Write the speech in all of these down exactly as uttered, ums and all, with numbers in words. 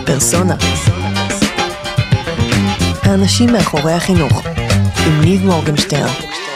פרסונה. האנשים מאחורי החינוך, עם ניב מורגנשטרן.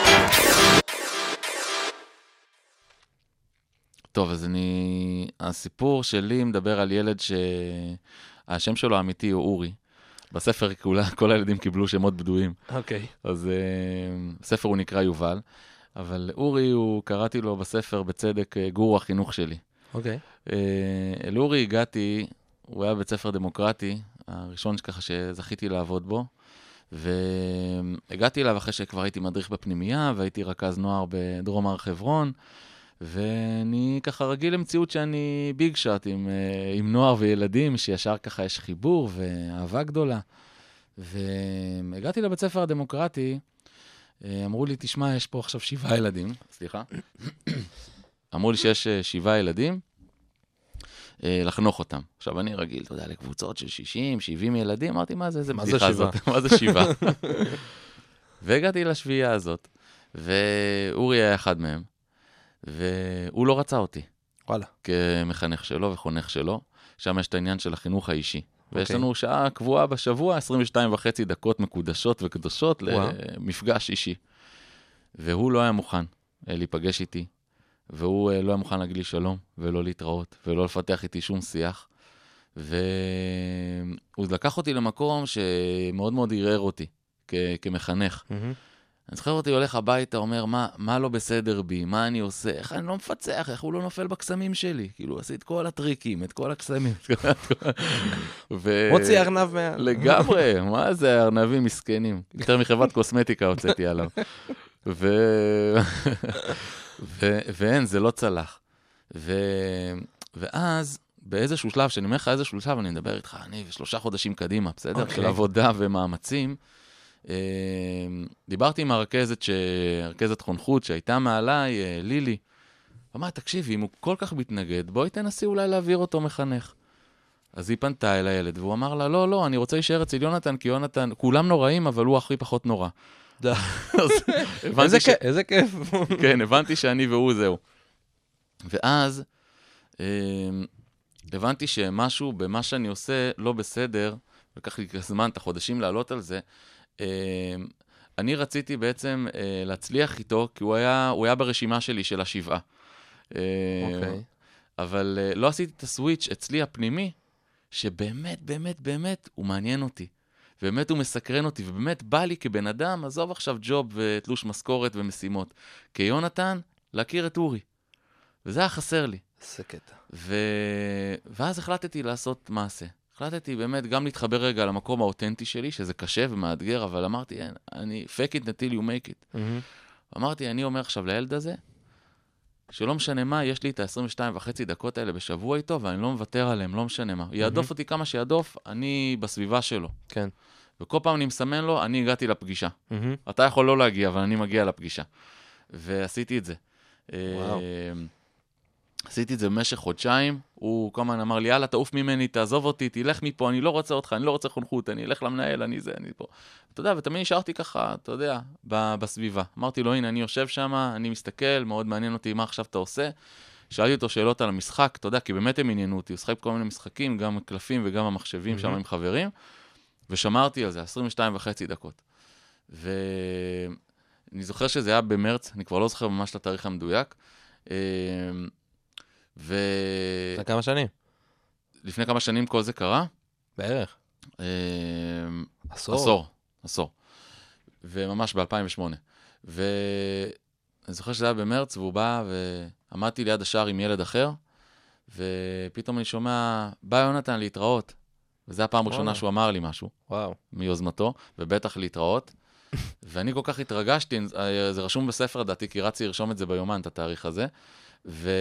טוב, אז אני... הסיפור שלי מדבר על ילד שהשם שלו האמיתי הוא אורי. בספר כולה, כל הילדים קיבלו שמות בדויים. אוקיי. אז בספר הוא נקרא יובל, אבל אורי, הוא קראתי לו בספר בצדק גורו החינוך שלי. אוקיי. אל אורי הגעתי, הוא היה בית ספר דמוקרטי, הראשון ככה שזכיתי לעבוד בו, והגעתי אליו אחרי שכבר הייתי מדריך בפנימייה, והייתי רכז נוער בדרום הר חברון, ואני ככה רגיל למציאות שאני ביג שוט עם, עם נוער וילדים, שישר ככה יש חיבור ואהבה גדולה. והגעתי לבית ספר הדמוקרטי, אמרו לי, תשמע, יש פה עכשיו שבעה ילדים, סליחה. אמרו לי שיש שבעה ילדים, לחנוך אותם. עכשיו, אני רגיל, אתה יודע, לקבוצות של שישים, שבעים ילדים, אמרתי, מה זה, זה בדיחה הזאת? מה זה שבעה? והגעתי לשביעייה הזאת, ואורי היה אחד מהם, והוא לא רצה אותי. וואלה. כמחנך שלו וחונך שלו, שם יש את העניין של החינוך האישי. ויש לנו שעה קבועה בשבוע, עשרים ושתיים וחצי דקות מקודשות וקדושות למפגש אישי. והוא לא היה מוכן להיפגש איתי, והוא לא היה מוכן להגיד לי שלום, ולא להתראות, ולא לפתח איתי שום שיח. והוא לקח אותי למקום שמאוד מאוד ערער אותי, כ- כמחנך. אני זוכר אותי הולך הביתה, אומר, מה, מה לא בסדר בי, מה אני עושה, איך אני לא מפצח, איך הוא לא נופל בקסמים שלי. כאילו, עשי את כל הטריקים, את כל הקסמים. מוציא ארנב מה... לגמרי, מה זה ארנבים מסכנים? יותר מחברת קוסמטיקה הוצאתי עליו. ו... ו... ואין, זה לא צלח. ו... ואז, באיזשהו שלב, שאני אומר לך איזשהו שלב, אני מדבר איתך, אני ושלושה חודשים קדימה, בסדר? Okay. של עבודה ומאמצים. דיברתי עם הרכזת, ש... הרכזת חונכות שהייתה מעליי, לילי. אמרה, תקשיבי, אם הוא כל כך מתנגד, בואי תנסי אולי להעביר אותו מחנך. אז היא פנתה אל הילד, והוא אמר לה, לא, לא, אני רוצה להישאר אצל יונתן, כי יונתן, כולם נוראים, אבל הוא הכי פחות נורא. איזה כיף. כן, הבנתי שאני והוא זהו. ואז הבנתי שמשהו במה שאני עושה לא בסדר, לקח לי זמן, את החודשים לעלות על זה, אני רציתי בעצם להצליח איתו, כי הוא היה, הוא היה ברשימה שלי של השבעה. אוקיי. אבל לא עשיתי את הסוויץ' אצלי הפנימי, שבאמת, באמת, באמת הוא מעניין אותי. באמת הוא מסקרן אותי, ובאמת בא לי כבן אדם, עזוב עכשיו ג'וב ותלוש משכורת ומשימות. כיונתן, להכיר את אורי. וזה היה חסר לי. זה קטע. ו... ואז החלטתי לעשות מעשה. החלטתי באמת גם להתחבר רגע למקום האותנטי שלי, שזה קשה ומאתגר, אבל אמרתי, אני fake it until you make it. Mm-hmm. אמרתי, אני אומר עכשיו לילד הזה, שלא משנה מה, יש לי את ה-עשרים ושתיים וחצי דקות האלה בשבוע איתו, ואני לא מוותר עליהם, לא משנה מה. יעדוף mm-hmm. אותי כמה שיעדוף, אני בסביבה שלו. כן. וכל פעם אני מסמן לו, אני הגעתי לפגישה. Mm-hmm. אתה יכול לא להגיע, אבל אני מגיע לפגישה. ועשיתי את זה. וואו. עשיתי את זה במשך חודשיים, הוא כל הזמן אמר לי, יאללה, תעוף ממני, תעזוב אותי, תלך מפה, אני לא רוצה אותך, אני לא רוצה חונכות, אני אלך למנהל, אני זה, אני פה. אתה יודע, ותמיד נשארתי ככה, אתה יודע, בסביבה. אמרתי לו, הנה, אני יושב שם, אני מסתכל, מאוד מעניין אותי מה עכשיו אתה עושה. שאלתי אותו שאלות על המשחק, אתה יודע, כי באמת הם עניינו אותי, הוא שחק בכל מיני משחקים, גם קלפים וגם המחשבים שם עם חברים, ושמרתי על זה, עשרים ושתיים וחצי דקות. ואני זוכר שזה היה במרץ, אני כבר לא זוכר ממש את התאריך המדויק, ו... לפני כמה שנים? לפני כמה שנים כל זה קרה? בערך. עשור. עשור, עשור. וממש ב-אלפיים ושמונה. ואני זוכר שזה היה במרץ, והוא בא ועמדתי ליד השער עם ילד אחר, ופתאום אני שומע, בא יונתן להתראות. וזו הפעם ראשונה שהוא אמר לי משהו. וואו. מיוזמתו, ובטח להתראות. ואני כל כך התרגשתי, זה רשום בספר דעתי, כי רצי לרשום את זה ביומן, את התאריך הזה. ו...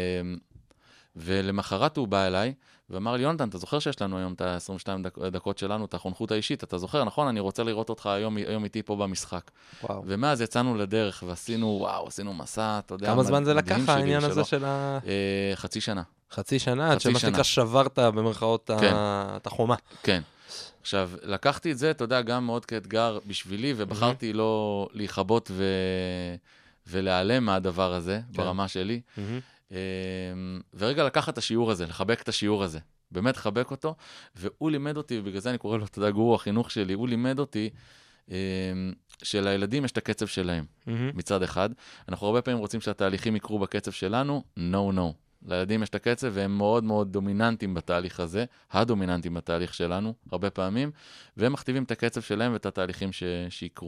ולמחרת הוא בא אליי, ואמר לי, יונתן, אתה זוכר שיש לנו היום את ה-עשרים ושתיים דק... דקות שלנו, את החונכות האישית, אתה זוכר, נכון? אני רוצה לראות אותך היום, היום איתי פה במשחק. וואו. ומאז יצאנו לדרך, ועשינו, וואו, עשינו מסע, אתה יודע... כמה זמן זה לקח, העניין הזה של ה... אה, חצי שנה. חצי שנה, עד שמה שנקרא שברת במרכאות כן. את החומה. כן. עכשיו, לקחתי את זה, אתה יודע, גם מאוד כאתגר בשבילי, ובחרתי mm-hmm. לא להיחבות ו... ולהיעלם מהדבר הזה, כן. ברמה שלי. Mm-hmm. ורגע לקחת את השיעור הזה, לחבק את השיעור הזה, באמת חבק אותו, והוא לימד אותי, ובגלל זה אני קורא לו, אתה יודע, גורו החינוך שלי, הוא לימד אותי, שלילדים יש את הקצב שלהם, מצד אחד. אנחנו הרבה פעמים רוצים שהתהליכים יקרו בקצב שלנו, no, no. לילדים יש את הקצב, והם מאוד מאוד דומיננטיים בתהליך הזה, הדומיננטיים בתהליך שלנו, הרבה פעמים, והם מכתיבים את הקצב שלהם ואת התהליכים ש... שיקרו.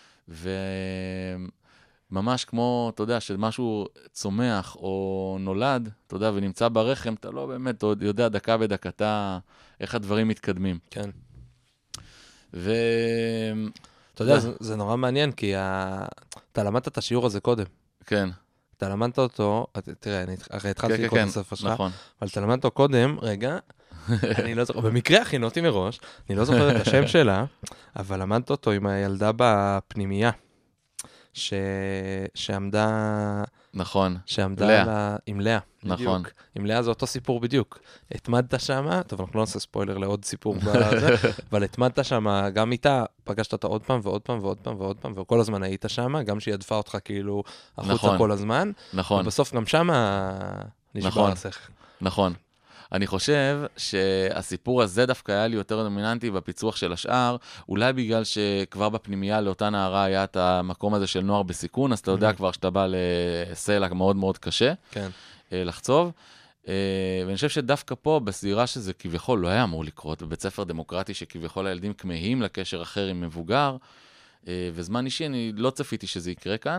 וממש כמו, אתה יודע, שמשהו צומח או נולד, אתה יודע, ונמצא ברחם, אתה לא באמת יודע דקה בדקתה איך הדברים מתקדמים. כן. ו... אתה יודע, זה, זה נורא מעניין, כי ה... אתה למדת את השיעור הזה קודם. כן. אתה למדת אותו, תראה, אני הרי התחלתי לקרוא את הספר שלך, נכון. אבל אתה למדת אותו קודם, רגע, אני לא זוכר, במקרה הכינותי מראש, אני לא זוכר את השם שלה, אבל למדת אותו עם הילדה בפנימייה, ש... שעמדה... נכון. שעמדה לאה. לה... עם לאה. נכון. בדיוק. עם לאה זה אותו סיפור בדיוק. התמדת שמה, טוב, אנחנו לא נעשה ספוילר לעוד סיפור בזה, אבל התמדת שמה, גם איתה, פגשת אותה עוד פעם ועוד פעם ועוד פעם ועוד פעם, וכל הזמן היית שמה, גם שהיא עדפה אותך כאילו החוצה נכון. כל הזמן. נכון. ובסוף גם שמה נשבר נכון. השכל. נכון. אני חושב שהסיפור הזה דווקא היה לי יותר דומיננטי בפיצוח של השאר, אולי בגלל שכבר בפנימייה לאותה נערה היה את המקום הזה של נוער בסיכון, אז אתה יודע כבר שאתה בא לסלע מאוד מאוד קשה, כן. לחצוב. ואני חושב שדווקא פה, בסדירה שזה כביכול לא היה אמור לקרות, בבית ספר דמוקרטי שכביכול הילדים כמהים לקשר אחר עם מבוגר, וזמן אישי אני לא צפיתי שזה יקרה כאן,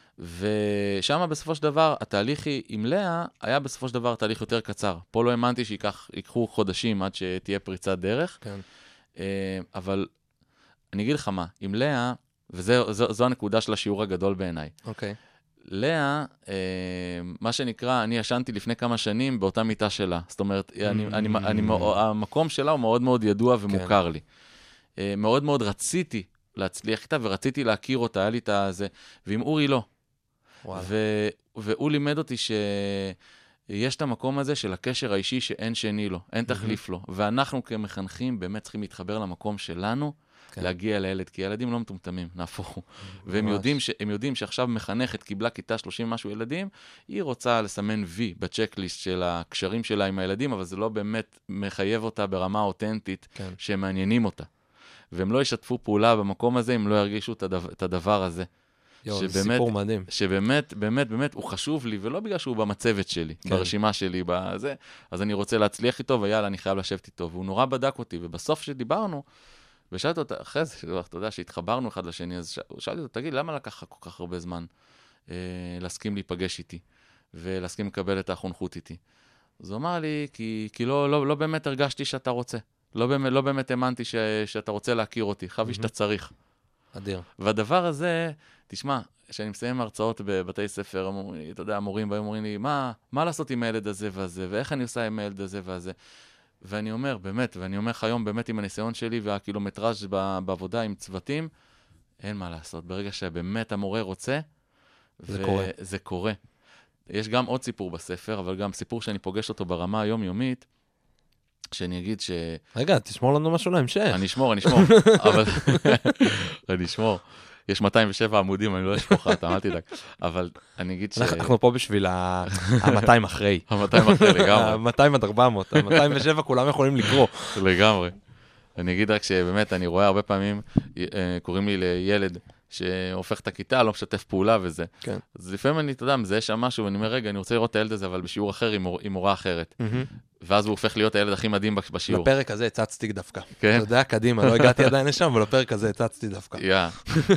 ושם בסופו של דבר, התהליך עם לאה היה בסופו של דבר תהליך יותר קצר. פה לא האמנתי שיקחו חודשים עד שתהיה פריצת דרך. כן. אבל אני אגיד לך מה, עם לאה, וזו הנקודה של השיעור הגדול בעיניי. אוקיי. לאה, מה שנקרא, אני ישנתי לפני כמה שנים באותה מיטה שלה. זאת אומרת, אני, אני, אני, המקום שלה הוא מאוד מאוד ידוע ומוכר לי. מאוד מאוד רציתי להצליח איתה, ורציתי להכיר אותה, היה לי את הזה, ועם אורי לא. ו- והוא לימד אותי שיש את המקום הזה של הקשר האישי שאין שני לו, אין תחליף לו. ואנחנו כמחנכים באמת צריכים להתחבר למקום שלנו, כן. להגיע לילד, כי ילדים לא מטומטמים, נהפוכו. והם יודעים, ש- הם יודעים שעכשיו מחנכת קיבלה כיתה שלושים משהו ילדים, היא רוצה לסמן וי בצ'קליסט של הקשרים שלה עם הילדים, אבל זה לא באמת מחייב אותה ברמה אותנטית כן. שהם מעניינים אותה. והם לא ישתפו פעולה במקום הזה אם לא ירגישו את, הדבר, את הדבר הזה. יו, שבאמת, סיפור מדהים. שבאמת, באמת, באמת, הוא חשוב לי, ולא בגלל שהוא במצבת שלי, כן. ברשימה שלי, בזה, אז אני רוצה להצליח איתו, ויאללה, אני חייב לשבת איתו. והוא נורא בדק אותי, ובסוף שדיברנו, ושאלתי אותה, אחרי זה, אתה יודע, שהתחברנו אחד לשני, אז שאלתי אותו, תגיד, למה לקח כל כך הרבה זמן אה, להסכים להיפגש איתי, ולהסכים לקבל את החונכות איתי? אז הוא אמר לי, כי, כי לא, לא, לא באמת הרגשתי שאתה רוצה. לא באמת, לא באמת האמנתי ש, שאתה רוצה להכיר אותי, חשבתי שאתה צריך. אדיר. והדבר הזה, תשמע, כשאני מסיים הרצאות בבתי ספר, אתה יודע, המורים באים אומרים לי, מה, מה לעשות עם הילד הזה והזה, ואיך אני עושה עם הילד הזה והזה. ואני אומר, באמת, ואני אומר לך היום, באמת עם הניסיון שלי והקילומטראז' בעבודה עם צוותים, אין מה לעשות. ברגע שבאמת המורה רוצה, זה קורה. זה קורה. יש גם עוד סיפור בספר, אבל גם סיפור שאני פוגש אותו ברמה היומיומית, שאני אגיד ש... רגע, תשמור לנו משהו להמשך. אני אשמור, אני אשמור. אבל... אני אשמור. יש מאתיים ושבע עמודים, אני לא אשמור לך, אתה אל תדאג. אבל אני אגיד ש... אנחנו פה בשביל ה-מאתיים אחרי. ה-מאתיים אחרי, לגמרי. ה-מאתיים עד ארבע מאות, ה-מאתיים ושבע כולם יכולים לקרוא. לגמרי. אני אגיד רק שבאמת, אני רואה הרבה פעמים, קוראים לי לילד שהופך את הכיתה, לא משתף פעולה וזה. כן. אז לפעמים אני, אתה יודע, מזהה שם משהו, ואני אומר, רגע, אני רוצה לראות את הילד הזה, אבל בשיעור אחר, עם מורה אחרת. ואז הוא הופך להיות הילד הכי מדהים בשיעור. לפרק הזה הצצתי דווקא. כן. אתה יודע, קדימה, לא הגעתי עדיין לשם, אבל לפרק הזה הצצתי דווקא. יא.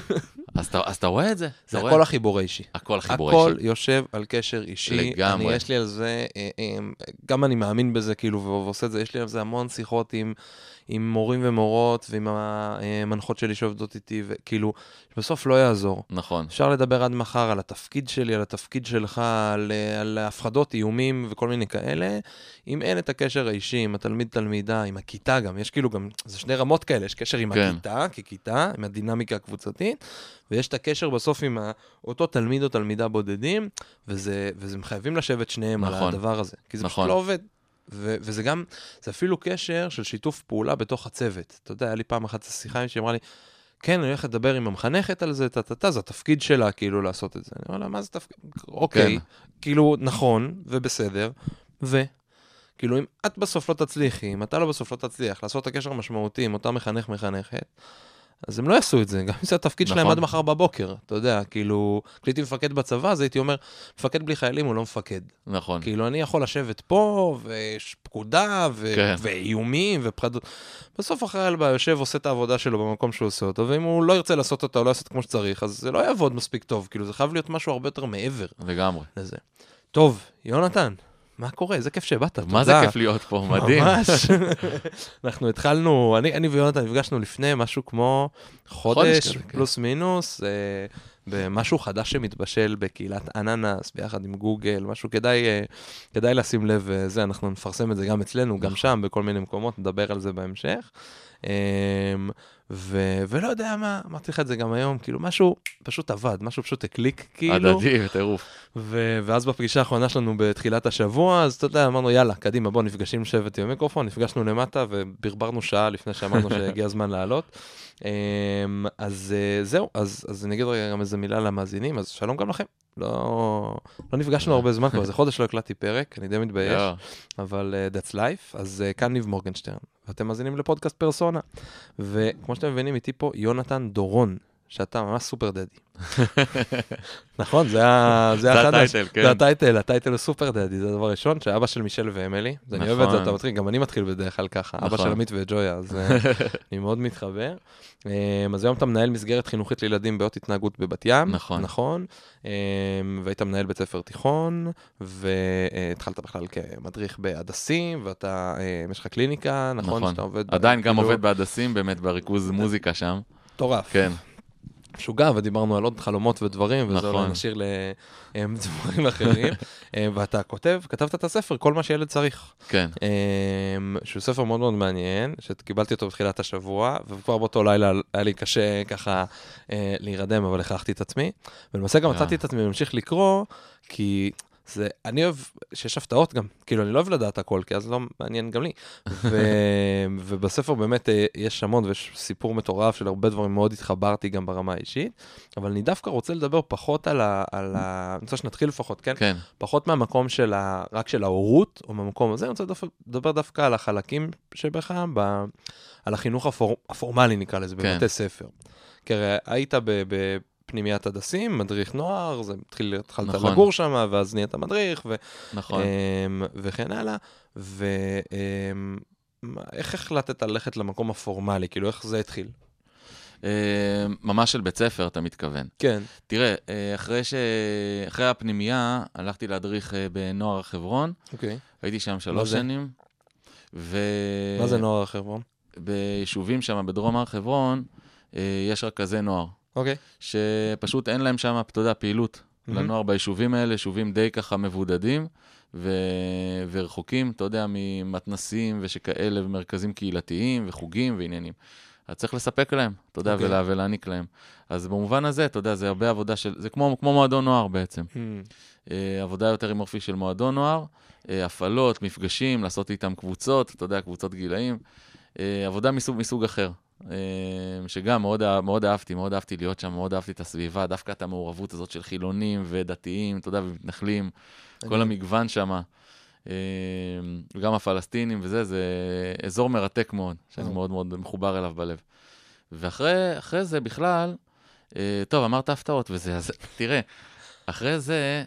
אז אתה רואה את זה? זה הכל החיבור האישי. הכל החיבור האישי. הכל יושב על קשר אישי. לגמרי. יש לי על זה, גם אני מאמין בזה, כאילו, ועושה את זה, יש לי על זה המון שיחות עם... עם מורים ומורות, ועם המנחות שלי שעובדות איתי, וכאילו, בסוף לא יעזור. נכון. אפשר לדבר עד מחר על התפקיד שלי, על התפקיד שלך, על, על הפחדות, איומים וכל מיני כאלה. אם אין את הקשר האישי עם התלמיד תלמידה, עם הכיתה גם, יש כאילו גם, זה שני רמות כאלה, יש קשר עם כן. הכיתה, ככיתה, עם הדינמיקה הקבוצתית, ויש את הקשר בסוף עם אותו תלמיד או תלמידה בודדים, וזה, וזה מחייבים לשבת שניהם נכון. על הדבר הזה. כי זה נכון. פשוט לא עובד. ו- וזה גם, זה אפילו קשר של שיתוף פעולה בתוך הצוות. אתה יודע, היה לי פעם אחת השיחה עם שאמרה לי, כן, אני הולך לדבר עם המחנכת על זה, תתתה, זה התפקיד שלה, כאילו, לעשות את זה. אני אומר לה, מה זה תפקיד? אוקיי, כאילו, נכון, ובסדר, ו... כאילו, אם את בסוף לא תצליחי, אם אתה לא בסוף לא תצליח, לעשות את הקשר המשמעותי עם אותה מחנך מחנכת, אז הם לא יעשו את זה, גם אם זה התפקיד שלהם עד מחר בבוקר, אתה יודע, כאילו, כשהייתי מפקד בצבא, אז הייתי אומר, מפקד בלי חיילים הוא לא מפקד. נכון. כאילו, אני יכול לשבת פה, ויש פקודה, ו- כן. ואיומים, ופחדות. בסוף החייל בא, יושב, עושה את העבודה שלו במקום שהוא עושה אותו, ואם הוא לא ירצה לעשות אותה, או לא יעשה את כמו שצריך, אז זה לא יעבוד מספיק טוב, כאילו, זה חייב להיות משהו הרבה יותר מעבר. לגמרי. לזה. טוב, יונתן, מה קורה? איזה כיף שבאת. מה זה כיף להיות פה, מדהים. ממש. אנחנו התחלנו, אני, אני ויונתן נפגשנו לפני משהו כמו חודש, כזה, כן. פלוס מינוס, אה, במשהו חדש שמתבשל בקהילת אננס, ביחד עם גוגל, משהו כדאי, אה, כדאי לשים לב, אה, זה, אנחנו נפרסם את זה גם אצלנו, גם שם, בכל מיני מקומות, נדבר על זה בהמשך. אה, ו- ולא יודע מה, אמרתי לך את זה גם היום, כאילו משהו פשוט עבד, משהו פשוט הקליק, כאילו. הדדי וטירוף. ו- ואז בפגישה האחרונה שלנו בתחילת השבוע, אז אתה יודע, אמרנו, יאללה, קדימה, בוא נפגשים לשבת עם המיקרופון, נפגשנו למטה וברברנו שעה לפני שאמרנו שהגיע הזמן לעלות. אז זהו, אז, אז אני אגיד רגע גם איזה מילה למאזינים, אז שלום גם לכם. לא, לא נפגשנו הרבה זמן כבר, זה חודש לא הקלטתי פרק, אני די מתבייש, אבל uh, that's life. אז uh, כאן ניב מורגנשטרן, ואתם מאזינים לפודקאסט פרסונה. וכמו שאתם מבינים, איתי פה יונתן דורון, שאתה ממש סופר דדי. נכון, זה הטייטל, כן. זה הטייטל, הטייטל הוא סופר דדי, זה הדבר הראשון, שאבא של מישל ואמילי, אז אני אוהב את זה, אתה מתחיל, גם אני מתחיל בדרך כלל ככה, אבא של עמית וג'ויה, אז אני מאוד מתחבר. אז היום אתה מנהל מסגרת חינוכית לילדים באות התנהגות בבת ים, נכון, והיית מנהל בית ספר תיכון, והתחלת בכלל כמדריך בהדסים, ואתה, יש לך קליניקה, נכון, שאתה עובד... עדיין גם עובד בהדסים, באמת בריכוז מוזיקה שם. טורף. כן. משוגע, ודיברנו על עוד חלומות ודברים, וזה לא נשאיר לדברים אחרים. ואתה כותב, כתבת את הספר, כל מה שילד צריך. כן. שהוא ספר מאוד מאוד מעניין, שקיבלתי אותו בתחילת השבוע, וכבר באותו לילה היה לי קשה ככה להירדם, אבל הכרחתי את עצמי. ולמעשה גם מצאתי את עצמי להמשיך לקרוא, כי... זה, אני אוהב שיש הפתעות גם, כאילו אני לא אוהב לדעת הכל, כי אז לא מעניין גם לי. ו, ובספר באמת יש המון, ויש סיפור מטורף של הרבה דברים, מאוד התחברתי גם ברמה האישית, אבל אני דווקא רוצה לדבר פחות על ה... על ה אני רוצה שנתחיל לפחות, כן? כן. פחות מהמקום של ה, רק של ההורות, או מהמקום הזה, אני רוצה לדבר דווקא על החלקים שבך, ב, על החינוך הפור, הפורמלי נקרא לזה, כן. בבתי ספר. כי היית ב... ב פנימיית הדסים, מדריך נוער, זה התחיל, התחלת נכון. לגור שם, ואז נהיית מדריך, ו... נכון. וכן הלאה. ואיך החלטת ללכת למקום הפורמלי? כאילו, איך זה התחיל? ממש של בית ספר, אתה מתכוון. כן. תראה, אחרי ש... אחרי הפנימייה, הלכתי להדריך בנוער החברון. אוקיי. הייתי שם שלוש שנים. ו... מה זה נוער החברון? ביישובים שם, בדרום הר חברון, יש רכזי נוער. אוקיי. שפשוט אין להם שם, אתה יודע, פעילות mm-hmm. לנוער ביישובים האלה, יישובים די ככה מבודדים ו... ורחוקים, אתה יודע, ממתנסים ושכאלה, ומרכזים קהילתיים וחוגים ועניינים. אז צריך לספק להם, אתה יודע, okay. ולה... ולהעניק להם. אז במובן הזה, אתה יודע, זה הרבה עבודה של, זה כמו, כמו מועדון נוער בעצם. Mm-hmm. עבודה יותר עם אופי של מועדון נוער, הפעלות, מפגשים, לעשות איתם קבוצות, אתה יודע, קבוצות גילאים, עבודה מסוג, מסוג אחר. שגם מאוד, מאוד אהבתי, מאוד אהבתי להיות שם, מאוד אהבתי את הסביבה, דווקא את המעורבות הזאת של חילונים ודתיים, אתה יודע, ומתנחלים, כל המגוון שם, וגם הפלסטינים וזה, זה אזור מרתק מאוד, שאני מאוד מאוד מחובר אליו בלב. ואחרי אחרי זה בכלל, טוב, אמרת הפתעות וזה, אז תראה, אחרי זה,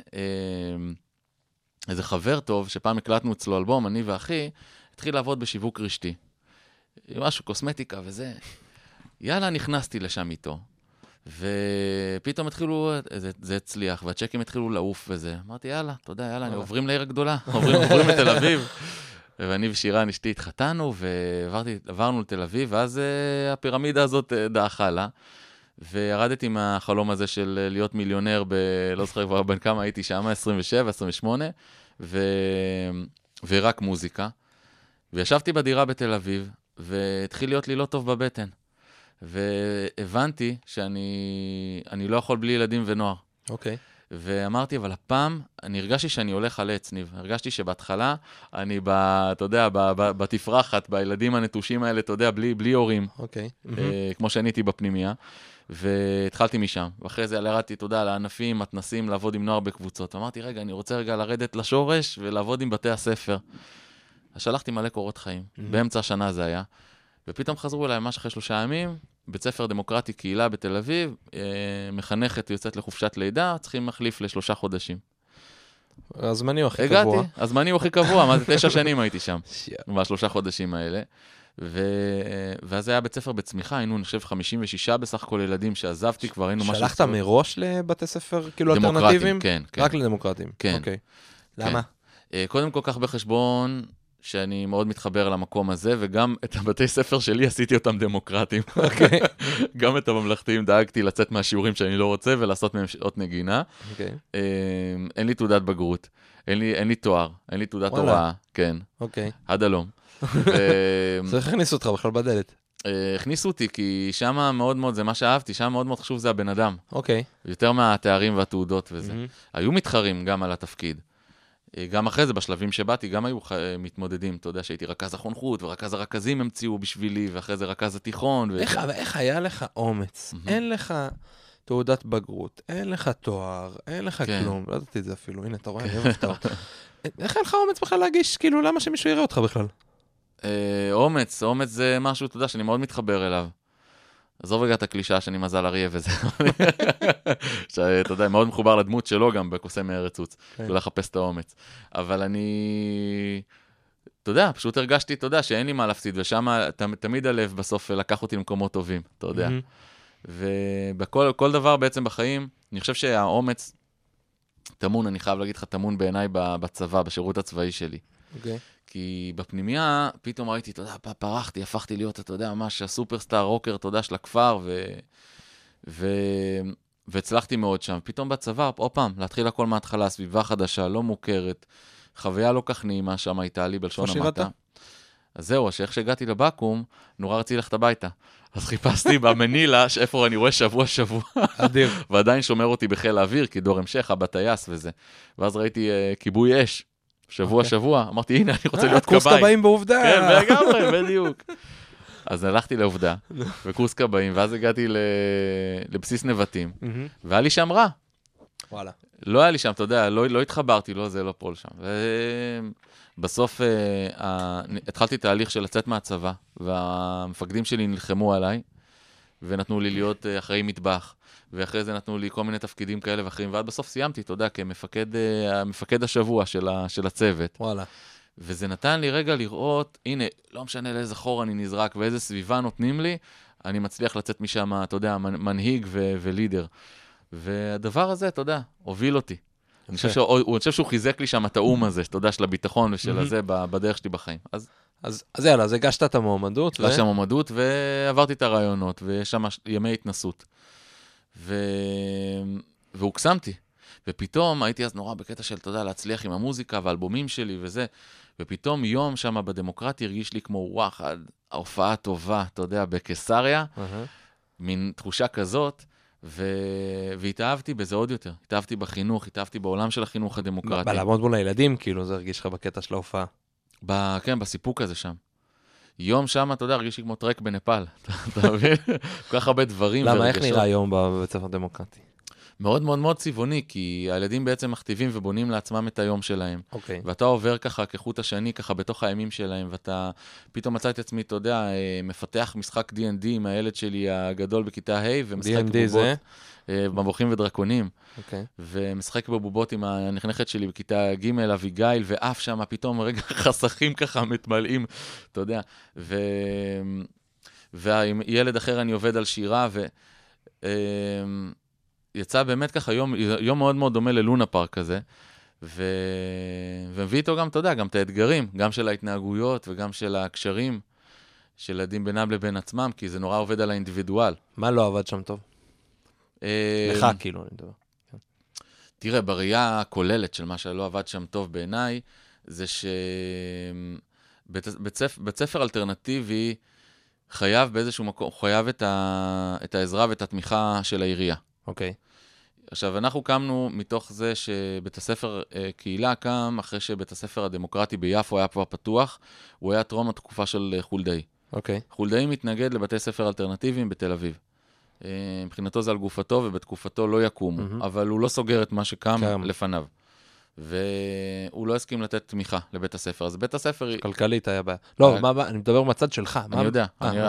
איזה חבר טוב, שפעם הקלטנו אצלו אלבום, אני ואחי, התחיל לעבוד בשיווק רשתי. משהו, קוסמטיקה וזה. יאללה, נכנסתי לשם איתו. ופתאום התחילו, זה, זה הצליח, והצ'קים התחילו לעוף וזה. אמרתי, יאללה, תודה, יאללה, אני עוברים לעיר הגדולה. עוברים, עוברים לתל אביב. ואני ושירן אשתי התחתנו, ועברנו לתל אביב, ואז uh, הפירמידה הזאת uh, דעכה לה. וירדתי מהחלום הזה של להיות מיליונר ב... לא זוכר כבר בין כמה הייתי שם, עשרים ושבע, עשרים ושמונה, ו... ורק מוזיקה. וישבתי בדירה בתל אביב, והתחיל להיות לי לא טוב בבטן. והבנתי שאני אני לא יכול בלי ילדים ונוער. אוקיי. Okay. ואמרתי, אבל הפעם אני הרגשתי שאני הולך על עץ, ניב. הרגשתי שבהתחלה אני, ב, אתה יודע, ב, ב, בתפרחת, בילדים הנטושים האלה, אתה יודע, בלי, בלי הורים. אוקיי. Okay. אה, כמו שאני הייתי בפנימיה. והתחלתי משם. ואחרי זה ירדתי, אתה יודע, לענפים, מתנסים, לעבוד עם נוער בקבוצות. אמרתי, רגע, אני רוצה רגע לרדת לשורש ולעבוד עם בתי הספר. אז שלחתי מלא קורות חיים. באמצע השנה זה היה. ופתאום חזרו אליי, ממש אחרי שלושה ימים, בית ספר דמוקרטי קהילה בתל אביב, מחנכת יוצאת לחופשת לידה, צריכים מחליף לשלושה חודשים. הזמני הוא הכי קבוע. הגעתי, הזמני הוא הכי קבוע, מה זה תשע שנים הייתי שם, בשלושה חודשים האלה. ו... ואז היה בית ספר בצמיחה, היינו נחשב חמישים ושש בסך הכל ילדים שעזבתי, כבר היינו משהו... שלחת מראש לבתי ספר כאילו אלטרנטיביים? כן, כן. רק לדמוקרטים? כן. אוקיי. למה? קודם כל כך בחשבון שאני מאוד מתחבר למקום הזה, וגם את הבתי ספר שלי עשיתי אותם דמוקרטיים. אוקיי. גם את הממלכתיים דאגתי לצאת מהשיעורים שאני לא רוצה, ולעשות מהם שעות נגינה. אוקיי. אין לי תעודת בגרות, אין לי, אין לי תואר, אין לי תעודת הוראה, כן. אוקיי. עד הלום. אז איך הכניסו אותך בכלל בדלת? הכניסו אותי, כי שם מאוד מאוד, זה מה שאהבתי, שם מאוד מאוד חשוב זה הבן אדם. אוקיי. יותר מהתארים והתעודות וזה. היו מתחרים גם על התפקיד. גם אחרי זה, בשלבים שבאתי, גם היו מתמודדים, אתה יודע, שהייתי רכז החונכות, ורכז הרכזים המציאו בשבילי, ואחרי זה רכז התיכון. איך, איך היה לך אומץ? אין לך תעודת בגרות, אין לך תואר, אין לך כלום, לא ידעתי את זה אפילו, הנה, אתה רואה, אני אוהב אותה. איך היה לך אומץ בכלל להגיש, כאילו, למה שמישהו יראה אותך בכלל? אומץ, אומץ זה משהו, אתה יודע, שאני מאוד מתחבר אליו. עזוב רגע את הקלישה שאני מזל אריה וזה. שאתה יודע, מאוד מחובר לדמות שלו גם בקוסם מארצוץ, שלא לחפש את האומץ. אבל אני, אתה יודע, פשוט הרגשתי, אתה יודע, שאין לי מה להפסיד, ושם תמיד הלב בסוף לקח אותי למקומות טובים, אתה יודע. ובכל דבר בעצם בחיים, אני חושב שהאומץ תמון, אני חייב להגיד לך, תמון בעיניי בצבא, בשירות הצבאי שלי. אוקיי. כי בפנימיה, פתאום ראיתי, אתה יודע, פרחתי, הפכתי להיות, אתה יודע, ממש הסופרסטאר רוקר, אתה יודע, של הכפר, ו... ו... והצלחתי מאוד שם. פתאום בצבא, עוד פעם, להתחיל הכל מההתחלה, סביבה חדשה, לא מוכרת, חוויה לא כך נעימה שם הייתה לי בלשון המעטה. אז זהו, שאיך שהגעתי לבקו"ם, נורא רציתי ללכת הביתה. אז חיפשתי במנילה, איפה אני רואה שבוע שבוע. אדיר. ועדיין שומר אותי בחיל האוויר, כי דור המשך, אבא טייס וזה. ואז ראיתי uh, כיבוי אש. שבוע, שבוע, אמרתי, הנה, אני רוצה להיות כבאי. קורס כבאים בעובדה. כן, לגמרי, בדיוק. אז הלכתי לעובדה, בקורס כבאים, ואז הגעתי לבסיס נבטים, והיה לי שם רע. וואלה. לא היה לי שם, אתה יודע, לא התחברתי, לא זה, לא פה לשם. ובסוף התחלתי תהליך של לצאת מהצבא, והמפקדים שלי נלחמו עליי, ונתנו לי להיות אחראי מטבח. ואחרי זה נתנו לי כל מיני תפקידים כאלה ואחרים, ועד בסוף סיימתי, אתה יודע, כמפקד המפקד השבוע של, ה, של הצוות. וואלה. וזה נתן לי רגע לראות, הנה, לא משנה לאיזה חור אני נזרק, ואיזה סביבה נותנים לי, אני מצליח לצאת משם, אתה יודע, מנהיג ו- ולידר. והדבר הזה, אתה יודע, הוביל אותי. אני חושב, שהוא, אני חושב שהוא חיזק לי שם את האום הזה, אתה יודע, של הביטחון ושל הזה, בדרך שלי בחיים. אז, אז, אז יאללה, אז הגשת את המועמדות. הגשת המועמדות, ועברתי את הרעיונות, ויש שם ימי התנסות. ו... והוקסמתי. ופתאום הייתי אז נורא בקטע של, אתה יודע, להצליח עם המוזיקה והאלבומים שלי וזה, ופתאום יום שם בדמוקרטי הרגיש לי כמו וואחד, ההופעה טובה, אתה יודע, בקיסריה, uh-huh. מין תחושה כזאת, ו... והתאהבתי בזה עוד יותר. התאהבתי בחינוך, התאהבתי בעולם של החינוך הדמוקרטי. בלעמוד מול הילדים, כאילו, זה הרגיש לך בקטע של ההופעה. ב... כן, בסיפוק הזה שם. יום שם, אתה יודע, הרגיש לי כמו טרק בנפל. אתה מבין? כל כך הרבה דברים. למה, איך נראה היום בבית ספר דמוקרטי? מאוד מאוד מאוד צבעוני, כי הילדים בעצם מכתיבים ובונים לעצמם את היום שלהם. אוקיי. ואתה עובר ככה כחוט השני, ככה בתוך הימים שלהם, ואתה פתאום מצא את עצמי, אתה יודע, מפתח משחק די אנד די עם הילד שלי הגדול בכיתה ה' ומשחק בבובות. מבוכים ודרקונים. אוקיי. ומשחק בבובות עם הנכנסת שלי בכיתה ג' אביגיל, ואף שם פתאום רגע חסכים ככה מתמלאים, אתה יודע. ו... ועם ילד אחר אני עובד על שירה, ו... יצא באמת ככה יום, יום מאוד מאוד דומה ללונה פארק כזה, ו... ומביא איתו גם, אתה יודע, גם את האתגרים, גם של ההתנהגויות וגם של הקשרים של ילדים בינם לבין עצמם, כי זה נורא עובד על האינדיבידואל. מה לא עבד שם טוב? לך כאילו, אני מדבר. תראה, בראייה הכוללת של מה שלא עבד שם טוב בעיניי, זה שבית ספר אלטרנטיבי חייב באיזשהו מקום, חייב את, ה... את העזרה ואת התמיכה של העירייה. אוקיי. עכשיו, אנחנו קמנו מתוך זה שבית הספר אה, קהילה קם אחרי שבית הספר הדמוקרטי ביפו היה כבר פתוח, הוא היה טרום התקופה של חולדאי. אוקיי. חולדאי מתנגד לבתי ספר אלטרנטיביים בתל אביב. אה, מבחינתו זה על גופתו ובתקופתו לא יקומו, mm-hmm. אבל הוא לא סוגר את מה שקם קם. לפניו. והוא לא הסכים לתת תמיכה לבית הספר. אז בית הספר... כלכלית היה בעיה. לא, אני מדבר מצד שלך. אני יודע,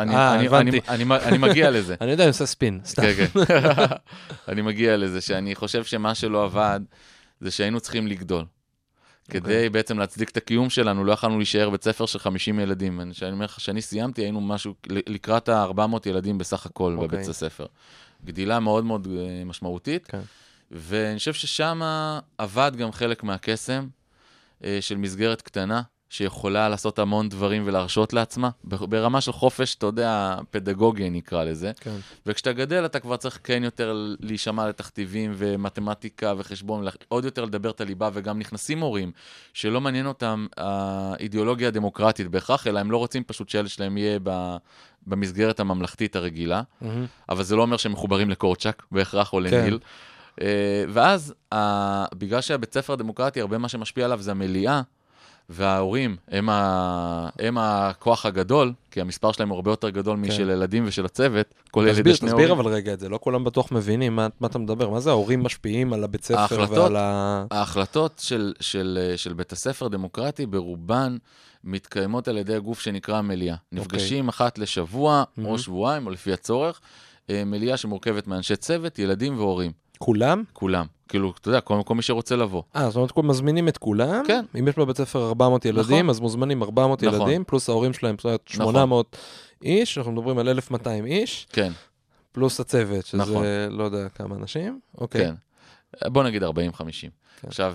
אני מגיע לזה. אני יודע, אני עושה ספין, סתם. כן, כן. אני מגיע לזה, שאני חושב שמה שלא עבד, זה שהיינו צריכים לגדול. כדי בעצם להצדיק את הקיום שלנו, לא יכולנו להישאר בית ספר של חמישים ילדים. אני אומר לך, שאני סיימתי, היינו משהו, לקראת ה-ארבע מאות ילדים בסך הכל בבית הספר. גדילה מאוד מאוד משמעותית. כן. ואני חושב ששם עבד גם חלק מהקסם של מסגרת קטנה, שיכולה לעשות המון דברים ולהרשות לעצמה, ברמה של חופש, אתה יודע, פדגוגי נקרא לזה. כן. וכשאתה גדל, אתה כבר צריך כן יותר להישמע לתכתיבים ומתמטיקה וחשבון, עוד יותר לדבר את הליבה, וגם נכנסים הורים, שלא מעניין אותם האידיאולוגיה הדמוקרטית בהכרח, אלא הם לא רוצים פשוט שהילד שלהם יהיה ב... במסגרת הממלכתית הרגילה, mm-hmm. אבל זה לא אומר שהם מחוברים לקורצ'ק, בהכרח או לניל. כן. ואז, בגלל שהבית ספר הדמוקרטי, הרבה מה שמשפיע עליו זה המליאה, וההורים הם, ה... הם הכוח הגדול, כי המספר שלהם הוא הרבה יותר גדול כן. משל ילדים ושל הצוות, כל ילד תסביר, תסביר הורים. אבל רגע את זה, לא כולם בטוח מבינים מה, מה אתה מדבר, מה זה ההורים משפיעים על הבית ספר ההחלטות, ועל ה... ההחלטות של, של, של בית הספר דמוקרטי ברובן מתקיימות על ידי הגוף שנקרא המליאה. נפגשים okay. אחת לשבוע mm-hmm. או שבועיים, או לפי הצורך, מליאה שמורכבת מאנשי צוות, ילדים והורים. כולם? כולם. כאילו, אתה יודע, כל, כל מי שרוצה לבוא. אה, זאת אומרת, מזמינים את כולם. כן. אם יש בבית ספר ארבע מאות ילדים, נכון. אז מוזמנים ארבע מאות נכון. ילדים, פלוס ההורים שלהם, זאת אומרת, שמונה מאות נכון. איש, אנחנו מדברים על אלף ומאתיים איש. כן. פלוס הצוות, שזה נכון. לא יודע כמה אנשים. אוקיי. כן. בוא נגיד ארבעים חמישים. כן. עכשיו,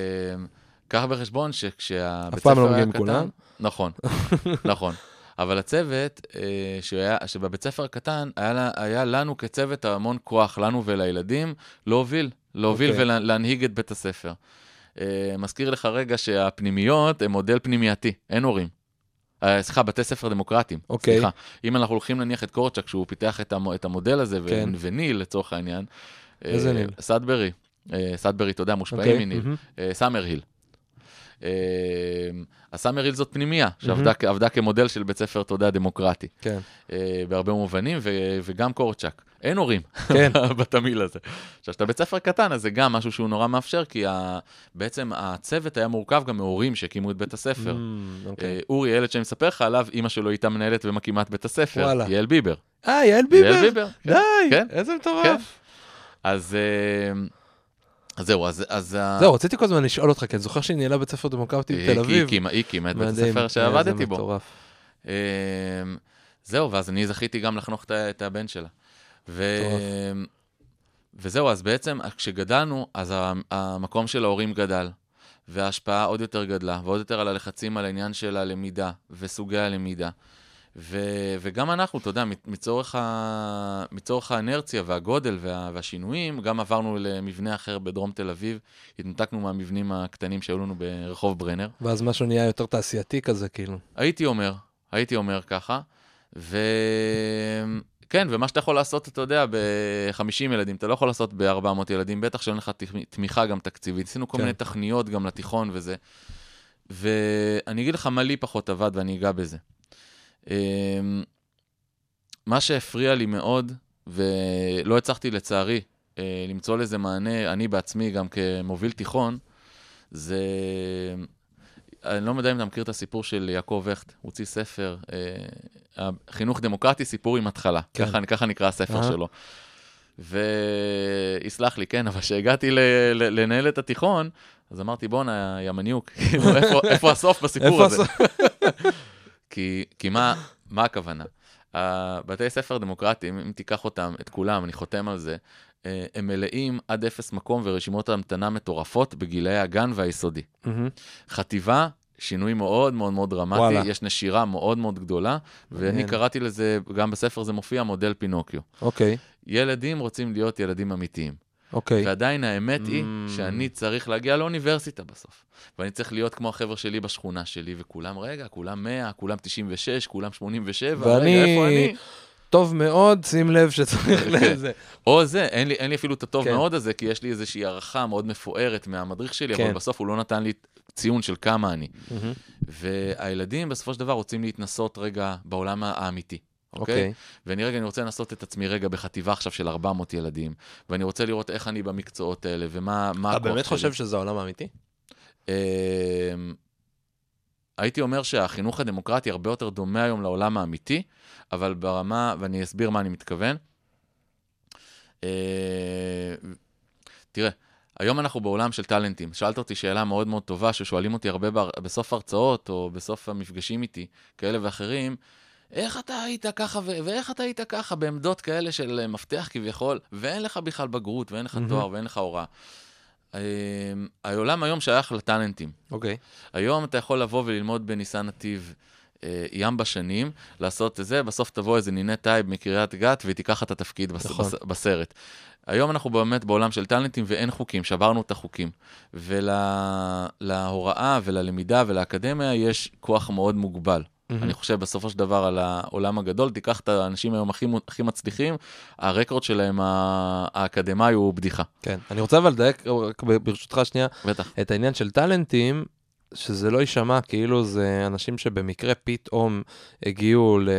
קח בחשבון שכשהבית ספר לא היה קטן... כולם. נכון, נכון. אבל הצוות, שהיה, שבבית ספר הקטן, היה, היה לנו כצוות המון כוח, לנו ולילדים, להוביל, להוביל okay. ולהנהיג את בית הספר. מזכיר לך רגע שהפנימיות הם מודל פנימייתי, אין הורים. סליחה, בתי ספר דמוקרטיים. Okay. סליחה. אם אנחנו הולכים להניח את קורצ'ק, שהוא פיתח את המודל הזה, okay. וניל לצורך העניין. איזה ניל? סאדברי. סאדברי, אתה יודע, מושפעים okay. מניל. mm-hmm. סאמר היל. הסאמר היל זאת פנימיה, שעבדה כמודל של בית ספר, אתה יודע, דמוקרטי. כן. בהרבה מובנים, וגם קורצ'ק. אין הורים בתמיל הזה. עכשיו, שאתה בית ספר קטן, אז זה גם משהו שהוא נורא מאפשר, כי בעצם הצוות היה מורכב גם מהורים שהקימו את בית הספר. אורי, ילד שאני מספר לך עליו, אמא שלו הייתה מנהלת ומקימה את בית הספר. יעל ביבר. אה, יעל ביבר? יעל ביבר. די, איזה מטורף. אז... אז זהו, אז... אז זהו, רציתי כל הזמן לשאול אותך, כי אני זוכר שהיא ניהלה בית ספר דמוקרטי בתל אביב. היא הקימה את בית הספר שעבדתי בו. זהו, ואז אני זכיתי גם לחנוך את הבן שלה. וזהו, אז בעצם כשגדלנו, אז המקום של ההורים גדל, וההשפעה עוד יותר גדלה, ועוד יותר על הלחצים על העניין של הלמידה, וסוגי הלמידה. ו- וגם אנחנו, אתה יודע, מצורך, ה- מצורך האנרציה והגודל וה- והשינויים, גם עברנו למבנה אחר בדרום תל אביב, התנתקנו מהמבנים הקטנים שהיו לנו ברחוב ברנר. ואז משהו נהיה יותר תעשייתי כזה, כאילו. הייתי אומר, הייתי אומר ככה, וכן, ומה שאתה יכול לעשות, אתה יודע, ב-חמישים ילדים, אתה לא יכול לעשות ב-ארבע מאות ילדים, בטח שאין לך תמיכה גם תקציבית, עשינו כל כן. מיני תכניות גם לתיכון וזה, ואני אגיד לך מה לי פחות עבד ואני אגע בזה. מה שהפריע לי מאוד, ולא הצלחתי לצערי למצוא לזה מענה, אני בעצמי גם כמוביל תיכון, זה, אני לא יודע אם אתה מכיר את הסיפור של יעקב וכט, הוא הוציא ספר, חינוך דמוקרטי, סיפור עם התחלה, כן. ככה, ככה נקרא הספר אה. שלו. ויסלח לי, כן, אבל שהגעתי לנהל את התיכון, אז אמרתי, בוא נה, יא מניוק, איפה, איפה הסוף בסיפור הזה? כי, כי מה, מה הכוונה? בתי ספר דמוקרטיים, אם תיקח אותם, את כולם, אני חותם על זה, הם מלאים עד אפס מקום ורשימות המתנה מטורפות בגילי הגן והיסודי. Mm-hmm. חטיבה, שינוי מאוד מאוד מאוד דרמטי, וואלה. יש נשירה מאוד מאוד גדולה, ואני קראתי לזה, גם בספר זה מופיע, מודל פינוקיו. אוקיי. Okay. ילדים רוצים להיות ילדים אמיתיים. אוקיי. ועדיין האמת mm. היא שאני צריך להגיע לאוניברסיטה בסוף. ואני צריך להיות כמו החבר שלי בשכונה שלי, וכולם, רגע, כולם מאה, כולם תשעים ושש, כולם שמונים ושבע, ואני... רגע, איפה אני? טוב מאוד, שים לב שצריך לזה. או זה, אין לי, אין לי אפילו את הטוב כן. מאוד הזה, כי יש לי איזושהי הערכה מאוד מפוארת מהמדריך שלי, כן. אבל בסוף הוא לא נתן לי ציון של כמה אני. Mm-hmm. והילדים בסופו של דבר רוצים להתנסות רגע בעולם האמיתי. אוקיי? Okay. ואני רגע, אני רוצה לנסות את עצמי רגע בחטיבה עכשיו של ארבע מאות ילדים, ואני רוצה לראות איך אני במקצועות האלה, ומה הכוח שלי. אתה באמת חושב שזה העולם האמיתי? הייתי אומר שהחינוך הדמוקרטי הרבה יותר דומה היום לעולם האמיתי, אבל ברמה, ואני אסביר מה אני מתכוון. תראה, היום אנחנו בעולם של טלנטים. שאלת אותי שאלה מאוד מאוד טובה, ששואלים אותי הרבה בסוף הרצאות, או בסוף המפגשים איתי, כאלה ואחרים, איך אתה היית ככה, ואיך אתה היית ככה, בעמדות כאלה של מפתח כביכול, ואין לך בכלל בגרות, ואין לך תואר, ואין לך הוראה. העולם היום שייך לטלנטים. אוקיי. היום אתה יכול לבוא וללמוד בניסן נתיב ים בשנים, לעשות את זה, בסוף תבוא איזה ניני טייב מקריית גת, ותיקח את התפקיד בסרט. היום אנחנו באמת בעולם של טלנטים, ואין חוקים, שברנו את החוקים. ולהוראה וללמידה ולאקדמיה יש כוח מאוד מוגבל. אני חושב בסופו של דבר על העולם הגדול, תיקח את האנשים היום הכי, הכי מצליחים, הרקורד שלהם האקדמי הוא בדיחה. כן, אני רוצה אבל לדייק, ברשותך שנייה, בטח. את העניין של טלנטים, שזה לא יישמע כאילו זה אנשים שבמקרה פתאום הגיעו ל...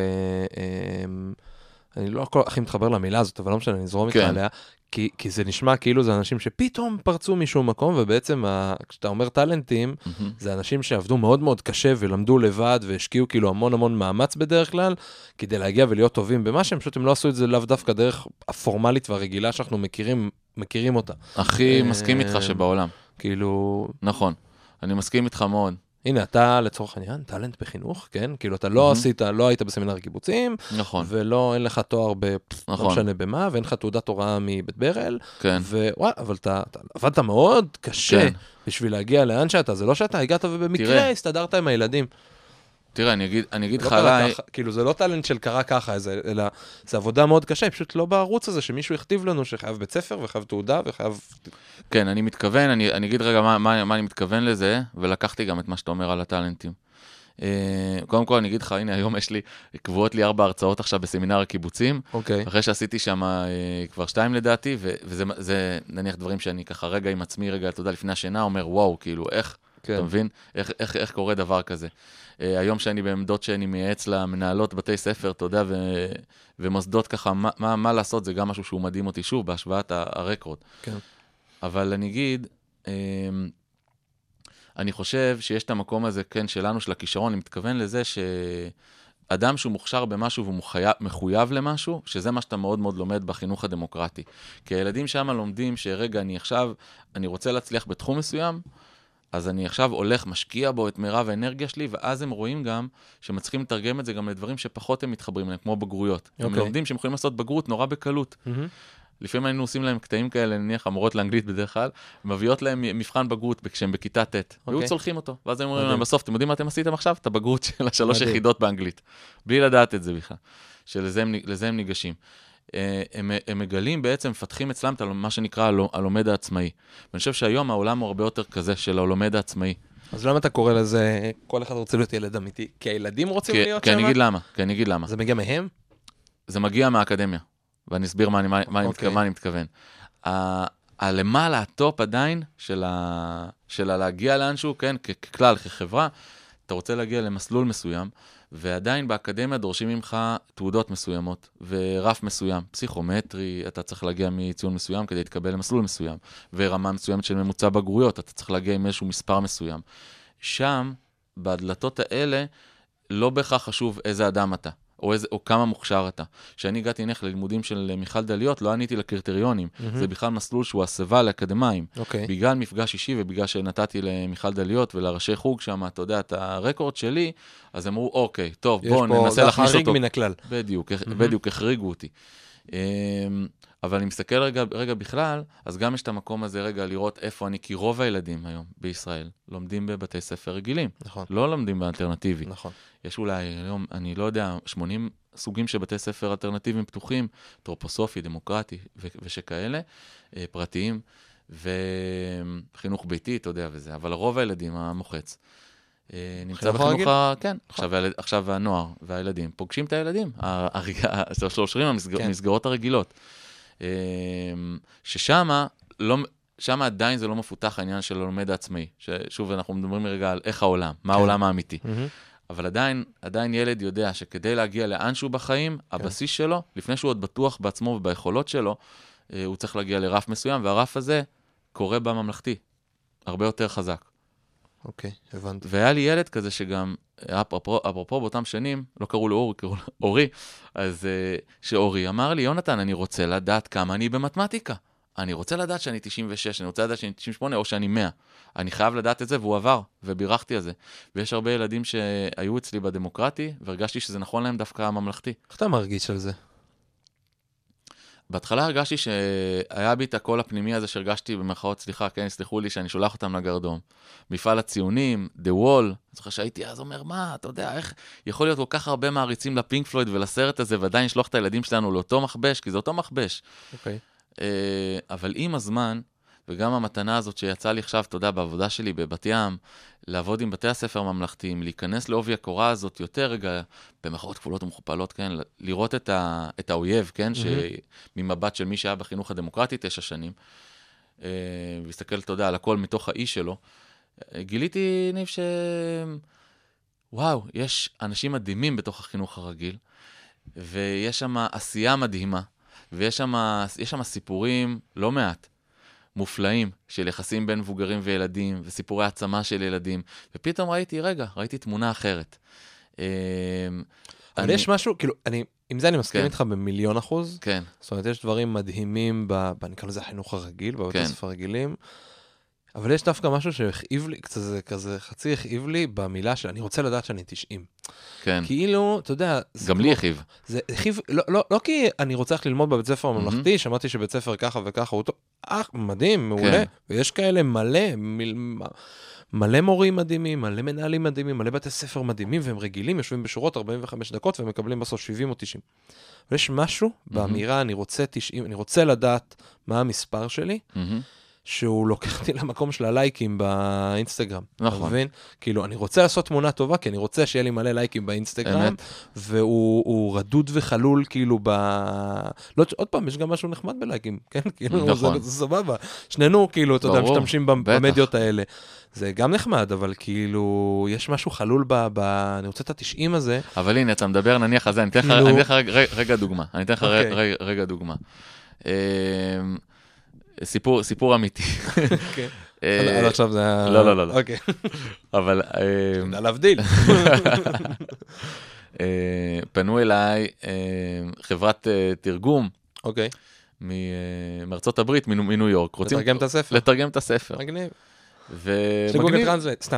אני לא הכי מתחבר למילה הזאת, אבל לא משנה, אני זרום איתך עליה, כי, כי זה נשמע כאילו זה אנשים שפתאום פרצו משום מקום, ובעצם ה, כשאתה אומר טלנטים, mm-hmm. זה אנשים שעבדו מאוד מאוד קשה, ולמדו לבד, והשקיעו כאילו המון המון מאמץ בדרך כלל, כדי להגיע ולהיות טובים במה שהם, פשוט הם לא עשו את זה לאו דווקא דרך הפורמלית והרגילה שאנחנו מכירים, מכירים אותה. הכי מסכים איתך שבעולם. כאילו... נכון, אני מסכים איתך מאוד. הנה, אתה לצורך העניין, טלנט בחינוך, כן? כאילו, אתה לא עשית, לא היית בסמינר קיבוצים, נכון. ולא, אין לך תואר ב... לא משנה במה, ואין לך תעודת הוראה מבית ברל, כן. ווואי, אבל אתה עבדת מאוד קשה בשביל להגיע לאן שאתה, זה לא שאתה הגעת ובמקרה הסתדרת עם הילדים. תראה, אני אגיד, אני אגיד לך עליי... כאילו, זה לא טלנט של קרה ככה, אלא זה עבודה מאוד קשה, פשוט לא בערוץ הזה שמישהו יכתיב לנו שחייב בית ספר וחייב תעודה וחייב... כן, אני מתכוון, אני, אני אגיד רגע מה, מה, מה אני מתכוון לזה, ולקחתי גם את מה שאתה אומר על הטלנטים. קודם כל, אני אגיד לך, הנה, היום יש לי, קבועות לי ארבע הרצאות עכשיו בסמינר הקיבוצים, אוקיי. אחרי שעשיתי שם כבר שתיים לדעתי, וזה זה, נניח דברים שאני ככה רגע עם עצמי, רגע, אתה יודע, לפני השינה, אומר, וואו, כאילו, איך, כן. אתה מבין? איך, איך, איך קורה דבר כזה? היום שאני בעמדות שאני מייעץ למנהלות בתי ספר, אתה יודע, ו, ומוסדות ככה, מה, מה, מה לעשות, זה גם משהו שהוא מדהים אותי שוב, בהשוואת הרקורד. כן. אבל אני אגיד, אני חושב שיש את המקום הזה, כן, שלנו, של הכישרון, אני מתכוון לזה שאדם שהוא מוכשר במשהו והוא מחויב למשהו, שזה מה שאתה מאוד מאוד לומד בחינוך הדמוקרטי. כי הילדים שם לומדים שרגע, אני עכשיו, אני רוצה להצליח בתחום מסוים, אז אני עכשיו הולך, משקיע בו את מירב האנרגיה שלי, ואז הם רואים גם שמצליחים לתרגם את זה גם לדברים שפחות הם מתחברים להם, כמו בגרויות. Okay. הם לומדים שהם יכולים לעשות בגרות נורא בקלות. Mm-hmm. לפעמים היינו עושים להם קטעים כאלה, נניח המורות לאנגלית בדרך כלל, מביאות להם מבחן בגרות כשהם בכיתה ט', okay. והיו צולחים אותו. ואז הם אומרים להם בסוף, אתם יודעים מה אתם עשיתם עכשיו? את הבגרות של השלוש יחידות באנגלית. בלי לדעת את זה בכלל. שלזה הם, לזה הם ניגשים. הם, הם מגלים בעצם, מפתחים אצלם את מה שנקרא הלומד העצמאי. ואני חושב שהיום העולם הוא הרבה יותר כזה של הלומד העצמאי. אז למה אתה קורא לזה, כל אחד רוצה להיות ילד אמיתי? כי הילדים רוצים להיות שם? כי אני אגיד למה, כי אני אגיד למה. זה מגיע מהם? זה מגיע מהאקדמיה, ואני אסביר מה אני, מה, מה, okay. מה אני מתכוון. הלמעלה, הטופ עדיין, של, ה, של להגיע לאנשהו, כן, ככלל, כחברה, אתה רוצה להגיע למסלול מסוים, ועדיין באקדמיה דורשים ממך תעודות מסוימות, ורף מסוים, פסיכומטרי, אתה צריך להגיע מציון מסוים כדי להתקבל למסלול מסוים, ורמה מסוימת של ממוצע בגרויות, אתה צריך להגיע עם איזשהו מספר מסוים. שם, בהדלתות האלה, לא בהכרח חשוב איזה אדם אתה, או, איזה, או כמה מוכשר אתה. כשאני הגעתי נלך ללימודים של מיכל דליות, לא עניתי לקריטריונים. Mm-hmm. זה בכלל מסלול שהוא הסבה לאקדמיים. Okay. בגלל מפגש אישי ובגלל שנתתי למיכל דליות ולראשי חוג שם, אתה יודע, את הרקורד שלי, אז אמרו, אוקיי, טוב, בואו ננסה להכניס אותו. יש פה מן הכלל. בדיוק, mm-hmm. בדיוק, החריגו אותי. אבל אני מסתכל רגע, רגע בכלל, אז גם יש את המקום הזה רגע לראות איפה אני, כי רוב הילדים היום בישראל לומדים בבתי ספר רגילים. נכון. לא לומדים באלטרנטיבי. נכון. יש אולי היום, אני לא יודע, שמונים סוגים של בתי ספר אלטרנטיביים פתוחים, טרופוסופי, דמוקרטי ו- ושכאלה, פרטיים, וחינוך ביתי, אתה יודע, וזה. אבל רוב הילדים המוחץ נמצא בחינוך ה... כן, עכשיו הנוער והילדים פוגשים את הילדים, השלושים המסגרות הרגילות. ששם לא, שם עדיין זה לא מפותח העניין של הלומד העצמאי, ששוב אנחנו מדברים רגע על איך העולם, מה העולם האמיתי. אבל עדיין, עדיין ילד יודע שכדי להגיע לאנשהו בחיים, הבסיס שלו, לפני שהוא עוד בטוח בעצמו וביכולות שלו, הוא צריך להגיע לרף מסוים, והרף הזה קורה בממלכתי, הרבה יותר חזק. אוקיי, הבנתי. והיה לי ילד כזה שגם, אפרופו, אפרופו באותם שנים, לא קראו לו אורי, קראו לו אורי, אז שאורי אמר לי, יונתן, אני רוצה לדעת כמה אני במתמטיקה. אני רוצה לדעת שאני תשעים ושש, אני רוצה לדעת שאני תשעים ושמונה, או שאני מאה. אני חייב לדעת את זה, והוא עבר, ובירכתי על זה. ויש הרבה ילדים שהיו אצלי בדמוקרטי, והרגשתי שזה נכון להם דווקא הממלכתי. איך אתה מרגיש על זה? בהתחלה הרגשתי שהיה בי את הקול הפנימי הזה שהרגשתי במרכאות, סליחה, כן, סליחו לי שאני שולח אותם לגרדום. מפעל הציונים, The Wall, אני זוכר שהייתי אז אומר, מה, אתה יודע, איך יכול להיות כל כך הרבה מעריצים לפינק פלויד ולסרט הזה, ועדיין לשלוח את הילדים שלנו לאותו מכבש, כי זה אותו מכבש. אוקיי. אבל עם הזמן, וגם המתנה הזאת שיצאה לי עכשיו, תודה, בעבודה שלי בבת ים, לעבוד עם בתי הספר הממלכתיים, להיכנס לעובי הקורה הזאת יותר רגע, במחאות כפולות ומכופלות, כן, לראות את, ה, את האויב, כן, mm-hmm. שממבט של מי שהיה בחינוך הדמוקרטי תשע שנים, והסתכל, תודה, על הכל מתוך האיש שלו, גיליתי, ניב, ש... וואו, יש אנשים מדהימים בתוך החינוך הרגיל, ויש שם עשייה מדהימה, ויש שם, יש שם סיפורים לא מעט, מופלאים של יחסים בין מבוגרים וילדים, וסיפורי העצמה של ילדים, ופתאום ראיתי, רגע, ראיתי תמונה אחרת. אבל אני... יש משהו, כאילו, אני, עם זה אני מסכים כן. איתך במיליון אחוז. כן. זאת אומרת, יש דברים מדהימים, ב, נקרא לזה החינוך הרגיל, בבתי כן. הספר הרגילים, אבל יש דווקא משהו שהכאיב לי, כזה, כזה חצי הכאיב לי במילה של, אני רוצה לדעת שאני תשעים. כן. כאילו, אתה יודע... גם לי הכאיב. זה הכאיב, לא, לא, לא כי אני רוצה ללמוד בבית ספר הממלכתי, שמעתי שבית ספר ככה וככה, הוא אך, מדהים, מעולה, ויש כאלה מלא, מלא מורים מדהימים, מלא מנהלים מדהימים, מלא בתי ספר מדהימים, והם רגילים, יושבים בשורות ארבעים וחמש דקות, ומקבלים בסוף שבעים או תשעים. אבל יש משהו באמירה, אני רוצה תשעים, אני רוצה לדעת מה המספר שלי, שהוא לוקח אותי למקום של הלייקים באינסטגרם. נכון. מבין? כאילו, אני רוצה לעשות תמונה טובה, כי אני רוצה שיהיה לי מלא לייקים באינסטגרם, אמת. והוא רדוד וחלול, כאילו, ב... לא, עוד פעם, יש גם משהו נחמד בלייקים, כן? כאילו, נכון. זה, זה סבבה. שנינו, כאילו, אתה יודע, משתמשים במדיות האלה. זה גם נחמד, אבל כאילו, יש משהו חלול ב... ב... אני רוצה את התשעים הזה. אבל הנה, אתה מדבר, נניח הזה, אני אתן לך רגע דוגמה. אני אתן לך רגע דוגמה. סיפור, סיפור אמיתי. כן. עד עכשיו זה היה... לא, לא, לא. אוקיי. אבל... להבדיל. פנו אליי חברת תרגום. אוקיי. מארצות הברית, מניו יורק. לתרגם את הספר. לתרגם את הספר. מגניב. ומגניב. שגוגל טרנסלייט, סתם.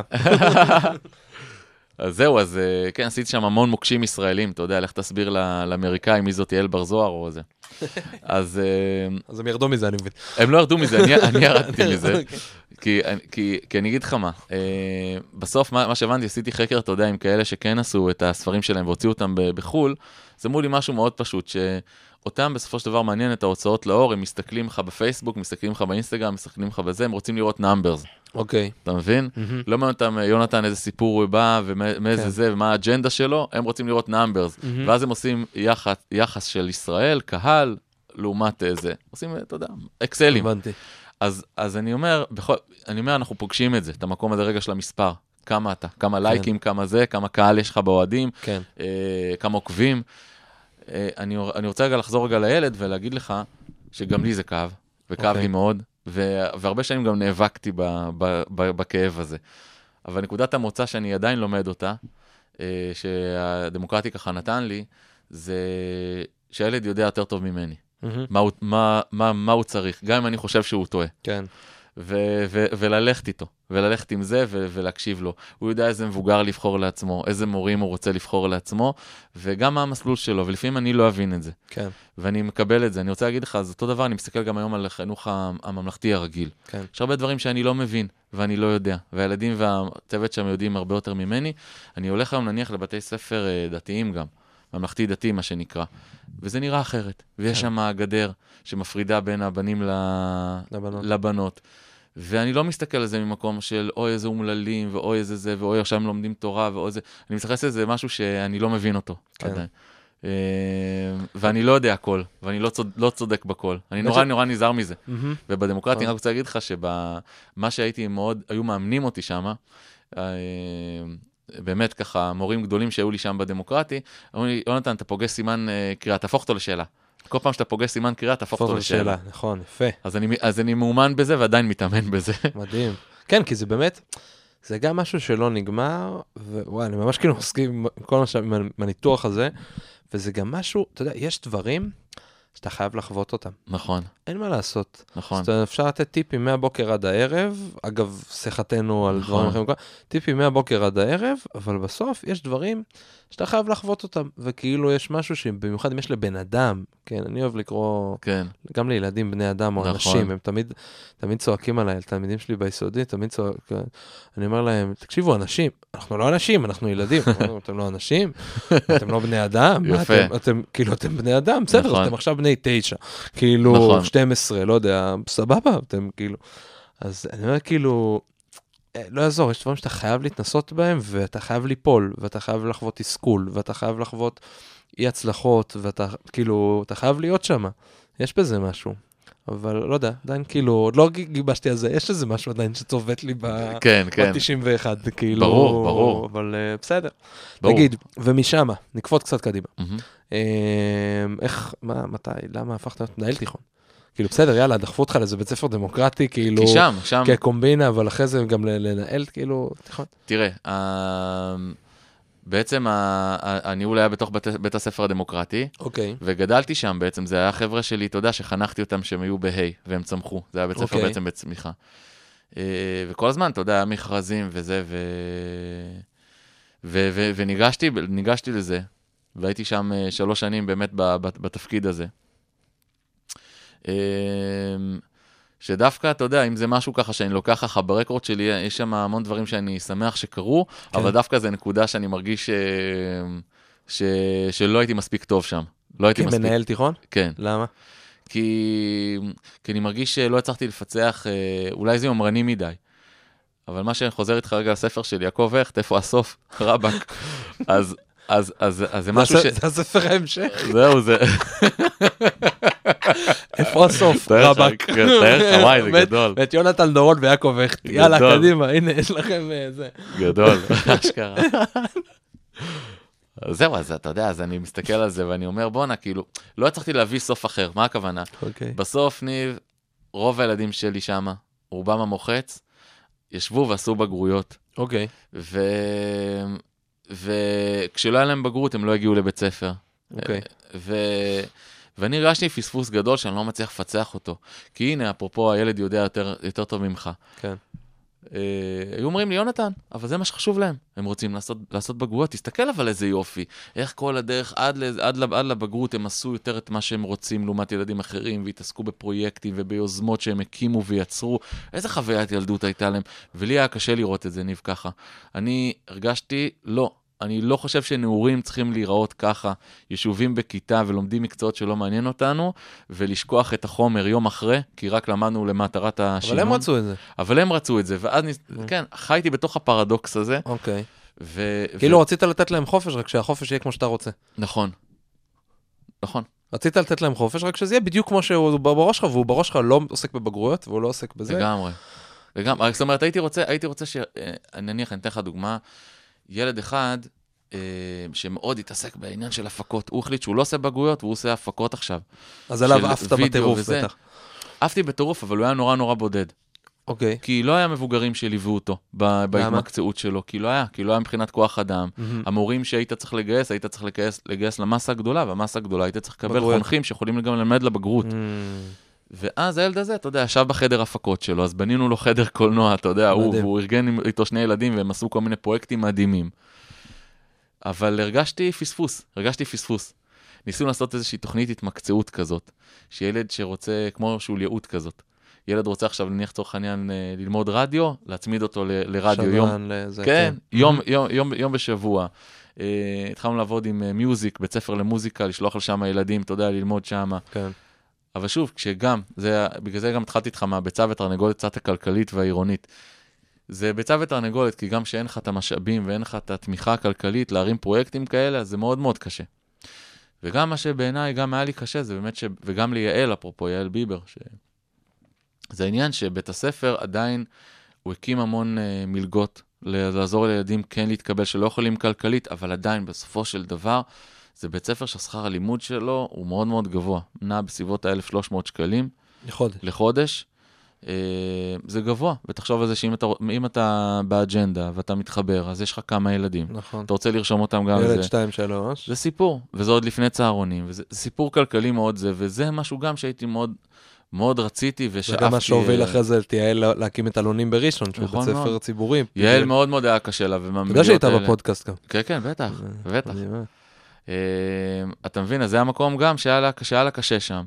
אז זהו, אז כן, עשיתי שם המון מוקשים ישראלים, אתה יודע, לך תסביר לאמריקאים מי זאת יעל בר זוהר או זה. אז... אז הם ירדו מזה, אני מבין. הם לא ירדו מזה, אני ירדתי מזה. כי אני אגיד לך מה, בסוף מה שהבנתי, עשיתי חקר, אתה יודע, עם כאלה שכן עשו את הספרים שלהם והוציאו אותם בחול, זה אמרו לי משהו מאוד פשוט, שאותם בסופו של דבר מעניין את ההוצאות לאור, הם מסתכלים לך בפייסבוק, מסתכלים לך באינסטגרם, מסתכלים לך בזה, הם רוצים לראות נאמברס. אוקיי. אתה מבין? לא מעניין אותם, יונתן, איזה סיפור הוא בא, ומאיזה זה, ומה האג'נדה שלו, הם רוצים לראות נאמברס. ואז הם עושים יחס של ישראל, קהל, לעומת זה. עושים, אתה יודע, אקסלים. הבנתי. אז, אז אני אומר, בכל, אני אומר, אנחנו פוגשים את זה, את המקום הזה רגע של המספר. כמה אתה, כמה לייקים, כמה זה, כמה קהל יש לך באוהדים, כן. אה, כמה עוקבים. אה, אני, אני רוצה רגע לחזור רגע לילד ולהגיד לך שגם לי זה כאב, וכאב okay. לי מאוד, ו, והרבה שנים גם נאבקתי ב, ב, ב, בכאב הזה. אבל נקודת המוצא שאני עדיין לומד אותה, אה, שהדמוקרטי ככה נתן לי, זה שהילד יודע יותר טוב ממני. Mm-hmm. מה, הוא, מה, מה, מה הוא צריך, גם אם אני חושב שהוא טועה. כן. ו- ו- וללכת איתו, וללכת עם זה ו- ולהקשיב לו. הוא יודע איזה מבוגר לבחור לעצמו, איזה מורים הוא רוצה לבחור לעצמו, וגם מה המסלול שלו, ולפעמים אני לא אבין את זה. כן. ואני מקבל את זה. אני רוצה להגיד לך, אז אותו דבר, אני מסתכל גם היום על החינוך הממלכתי הרגיל. כן. יש הרבה דברים שאני לא מבין, ואני לא יודע. והילדים והצוות שם יודעים הרבה יותר ממני. אני הולך היום נניח לבתי ספר דתיים גם. ממלכתי דתי, מה שנקרא. וזה נראה אחרת. ויש שם הגדר שמפרידה בין הבנים לבנות. לבנות. ואני לא מסתכל על זה ממקום של אוי איזה אומללים, ואוי איזה זה, ואוי עכשיו הם לומדים תורה, ואוי זה. אני מסתכל על זה משהו שאני לא מבין אותו. כן. ואני לא יודע הכל, ואני לא, צוד, לא צודק בכל. אני נורא נורא נזהר מזה. ובדמוקרטיה אני רוצה להגיד לך שבמה שהייתי מאוד, היו מאמנים אותי שם, באמת ככה, מורים גדולים שהיו לי שם בדמוקרטי, אמרו לי, יונתן, אתה פוגש סימן קריאה, תהפוך אותו לשאלה. כל פעם שאתה פוגש סימן קריאה, תהפוך אותו לשאלה. נכון, יפה. אז אני, אז אני מאומן בזה ועדיין מתאמן בזה. מדהים. כן, כי זה באמת, זה גם משהו שלא נגמר, ווואי, אני ממש כאילו מסכים עם כל מה מהניתוח הזה, וזה גם משהו, אתה יודע, יש דברים שאתה חייב לחוות אותם. נכון. אין מה לעשות. נכון. אז אפשר לתת טיפים מהבוקר עד הערב, אגב, שיחתנו על נכון. דברים אחרים, טיפים מהבוקר עד הערב, אבל בסוף יש דברים שאתה חייב לחוות אותם, וכאילו יש משהו שבמיוחד אם יש לבן אדם, כן, אני אוהב לקרוא, כן. גם לילדים, בני אדם או נכון. אנשים, הם תמיד, תמיד צועקים עליי, תלמידים שלי ביסודי, תמיד צועקים, אני אומר להם, תקשיבו, אנשים, אנחנו לא אנשים, אנחנו ילדים, אתם לא אנשים, אתם לא בני אדם, יפה. אתם, אתם, כאילו, אתם בני אדם, בסדר, נכון. אתם עכשיו בני תשע, כאילו, נכון. שתים עשרה, לא יודע, סבבה, אתם כאילו, אז אני אומר, כאילו, לא יעזור, יש דברים שאתה חייב להתנסות בהם, ואתה חייב ליפול, ואתה חייב לחוות תסכול, ואתה חייב לחוות אי הצלחות, ואתה, כאילו, אתה חייב להיות שם. יש בזה משהו. אבל לא יודע, עדיין כאילו, עוד לא גיבשתי על זה, יש איזה משהו עדיין שצובט לי ב... כן, כן. ב-תשעים ואחת, כאילו... ברור, ברור. אבל uh, בסדר. ברור. תגיד, ומשם, נקפוץ קצת קדימה. מהמם. Uh, איך, מה, מתי, למה הפכת להיות מנהל תיכון? כאילו, בסדר, יאללה, דחפו אותך לאיזה בית ספר דמוקרטי, כאילו... כי שם, שם... כקומבינה, אבל אחרי זה גם לנהל, כאילו, תיכון. תראה, ה- בעצם ה- ה- הניהול היה בתוך בית- בית הספר הדמוקרטי, אוקיי. וגדלתי שם בעצם, זה היה חבר'ה שלי, אתה יודע, שחנכתי אותם שהם היו בהיי, והם צמחו, זה היה בית ספר אוקיי. בעצם בצמיחה. אה, וכל הזמן, אתה יודע, היה מכרזים וזה, ו... ו- ו- וניגשתי ניגשתי לזה, והייתי שם אה, שלוש שנים באמת ב- ב- בתפקיד הזה. אה, שדווקא, אתה יודע, אם זה משהו ככה שאני לוקח ככה ברקורד שלי, יש שם המון דברים שאני שמח שקרו, כן. אבל דווקא זה נקודה שאני מרגיש ש... ש... שלא הייתי מספיק טוב שם. לא הייתי מספיק... כמנהל תיכון? כן. למה? כי... כי אני מרגיש שלא הצלחתי לפצח, אולי זה יומרני מדי. אבל מה שאני חוזר איתך רגע לספר של יעקב הכט, איפה הסוף? רבק. אז... אז, אז, אז זה משהו ש... זה הספר ההמשך. זהו, זה... איפה הסוף? רבק. תאר לך, וואי, זה גדול. ואת יונתן דורון ויעקב הכט. יאללה, קדימה, הנה, יש לכם זה. גדול, אשכרה. זהו, אז אתה יודע, אז אני מסתכל על זה ואני אומר, בוא'נה, כאילו, לא הצלחתי להביא סוף אחר, מה הכוונה? אוקיי. בסוף, ניב, רוב הילדים שלי שמה, רובם המוחץ, ישבו ועשו בגרויות. אוקיי. ו... וכשלא היה להם בגרות, הם לא הגיעו לבית ספר. אוקיי. ו... ואני הרגשתי פספוס גדול שאני לא מצליח לפצח אותו. כי הנה, אפרופו, הילד יודע יותר, יותר טוב ממך. כן. אה, היו אומרים לי, יונתן, אבל זה מה שחשוב להם. הם רוצים לעשות, לעשות בגרויות. תסתכל אבל איזה יופי. איך כל הדרך עד, עד, עד, עד לבגרות הם עשו יותר את מה שהם רוצים לעומת ילדים אחרים, והתעסקו בפרויקטים וביוזמות שהם הקימו ויצרו. איזה חוויית ילדות הייתה להם. ולי היה קשה לראות את זה, ניב, ככה. אני הרגשתי, לא. אני לא חושב שנעורים צריכים להיראות ככה, יישובים בכיתה ולומדים מקצועות שלא מעניין אותנו, ולשכוח את החומר יום אחרי, כי רק למדנו למטרת השינון. אבל הם רצו את זה. אבל הם רצו את זה, ואז, כן, חייתי בתוך הפרדוקס הזה. אוקיי. ו... כאילו רצית לתת להם חופש, רק שהחופש יהיה כמו שאתה רוצה. נכון. נכון. רצית לתת להם חופש, רק שזה יהיה בדיוק כמו שהוא בראש שלך, והוא בראש שלך לא עוסק בבגרויות, והוא לא עוסק בזה. לגמרי. לגמרי. זאת אומרת, הייתי רוצה, הייתי רוצה ש... נניח, אני אתן לך דוגמה, ילד אחד אה, שמאוד התעסק בעניין של הפקות, הוא החליט שהוא לא עושה בגרויות, והוא עושה הפקות עכשיו. אז עליו עפת בטירוף בטח. עפתי בטירוף, אבל הוא היה נורא נורא בודד. אוקיי. כי לא היה מבוגרים שליוו אותו בהתמקצעות שלו, כי לא היה, כי לא היה מבחינת כוח אדם. המורים שהיית צריך לגייס, היית צריך לגייס, לגייס למסה הגדולה, והמסה הגדולה היית צריך לקבל חונכים שיכולים גם ללמד לבגרות. ואז הילד הזה, אתה יודע, ישב בחדר הפקות שלו, אז בנינו לו חדר קולנוע, אתה יודע, הוא, והוא ארגן איתו שני ילדים, והם עשו כל מיני פרויקטים מדהימים. אבל הרגשתי פספוס, הרגשתי פספוס. ניסינו לעשות איזושהי תוכנית התמקצעות כזאת, שילד שרוצה, כמו שהוא ייעוד כזאת. ילד רוצה עכשיו, נניח צורך העניין, ללמוד רדיו, להצמיד אותו ל- לרדיו. יום, לזה, כן, יום, יום, יום, יום בשבוע. Uh, התחלנו לעבוד עם uh, מיוזיק, בית ספר למוזיקה, לשלוח לשם הילדים, אתה יודע, ללמוד שם. כן. אבל שוב, כשגם, זה, בגלל זה גם התחלתי איתך מהביצה ותרנגולת קצת הכלכלית והעירונית. זה ביצה ותרנגולת, כי גם שאין לך את המשאבים ואין לך את התמיכה הכלכלית להרים פרויקטים כאלה, אז זה מאוד מאוד קשה. וגם מה שבעיניי גם היה לי קשה, זה באמת ש... וגם ליעל, אפרופו יעל ביבר, ש... זה העניין שבית הספר עדיין, הוא הקים המון uh, מלגות, לעזור לילדים כן להתקבל, שלא יכולים כלכלית, אבל עדיין בסופו של דבר, זה בית ספר שהשכר הלימוד שלו הוא מאוד מאוד גבוה, נע בסביבות ה-אלף ושלוש מאות שקלים לחודש. לחודש, זה גבוה, ותחשוב על זה שאם אתה, אם אתה באג'נדה ואתה מתחבר, אז יש לך כמה ילדים. נכון. אתה רוצה לרשום אותם גם ילד זה. שתיים, שלוש. זה סיפור, וזה עוד לפני צהרונים, וזה סיפור כלכלי מאוד זה, וזה משהו גם שהייתי מאוד, מאוד רציתי ושאפתי. וגם מה שהוביל אחרי זה, תיעל להקים את אלונים בראשון, שהוא בית ספר ציבורי. יעל מאוד מאוד היה קשה לה. אתה יודע שהייתה בפודקאסט גם. כן, כן, בטח, בטח. אתה מבין, אז זה המקום גם שהיה לה קשה שם.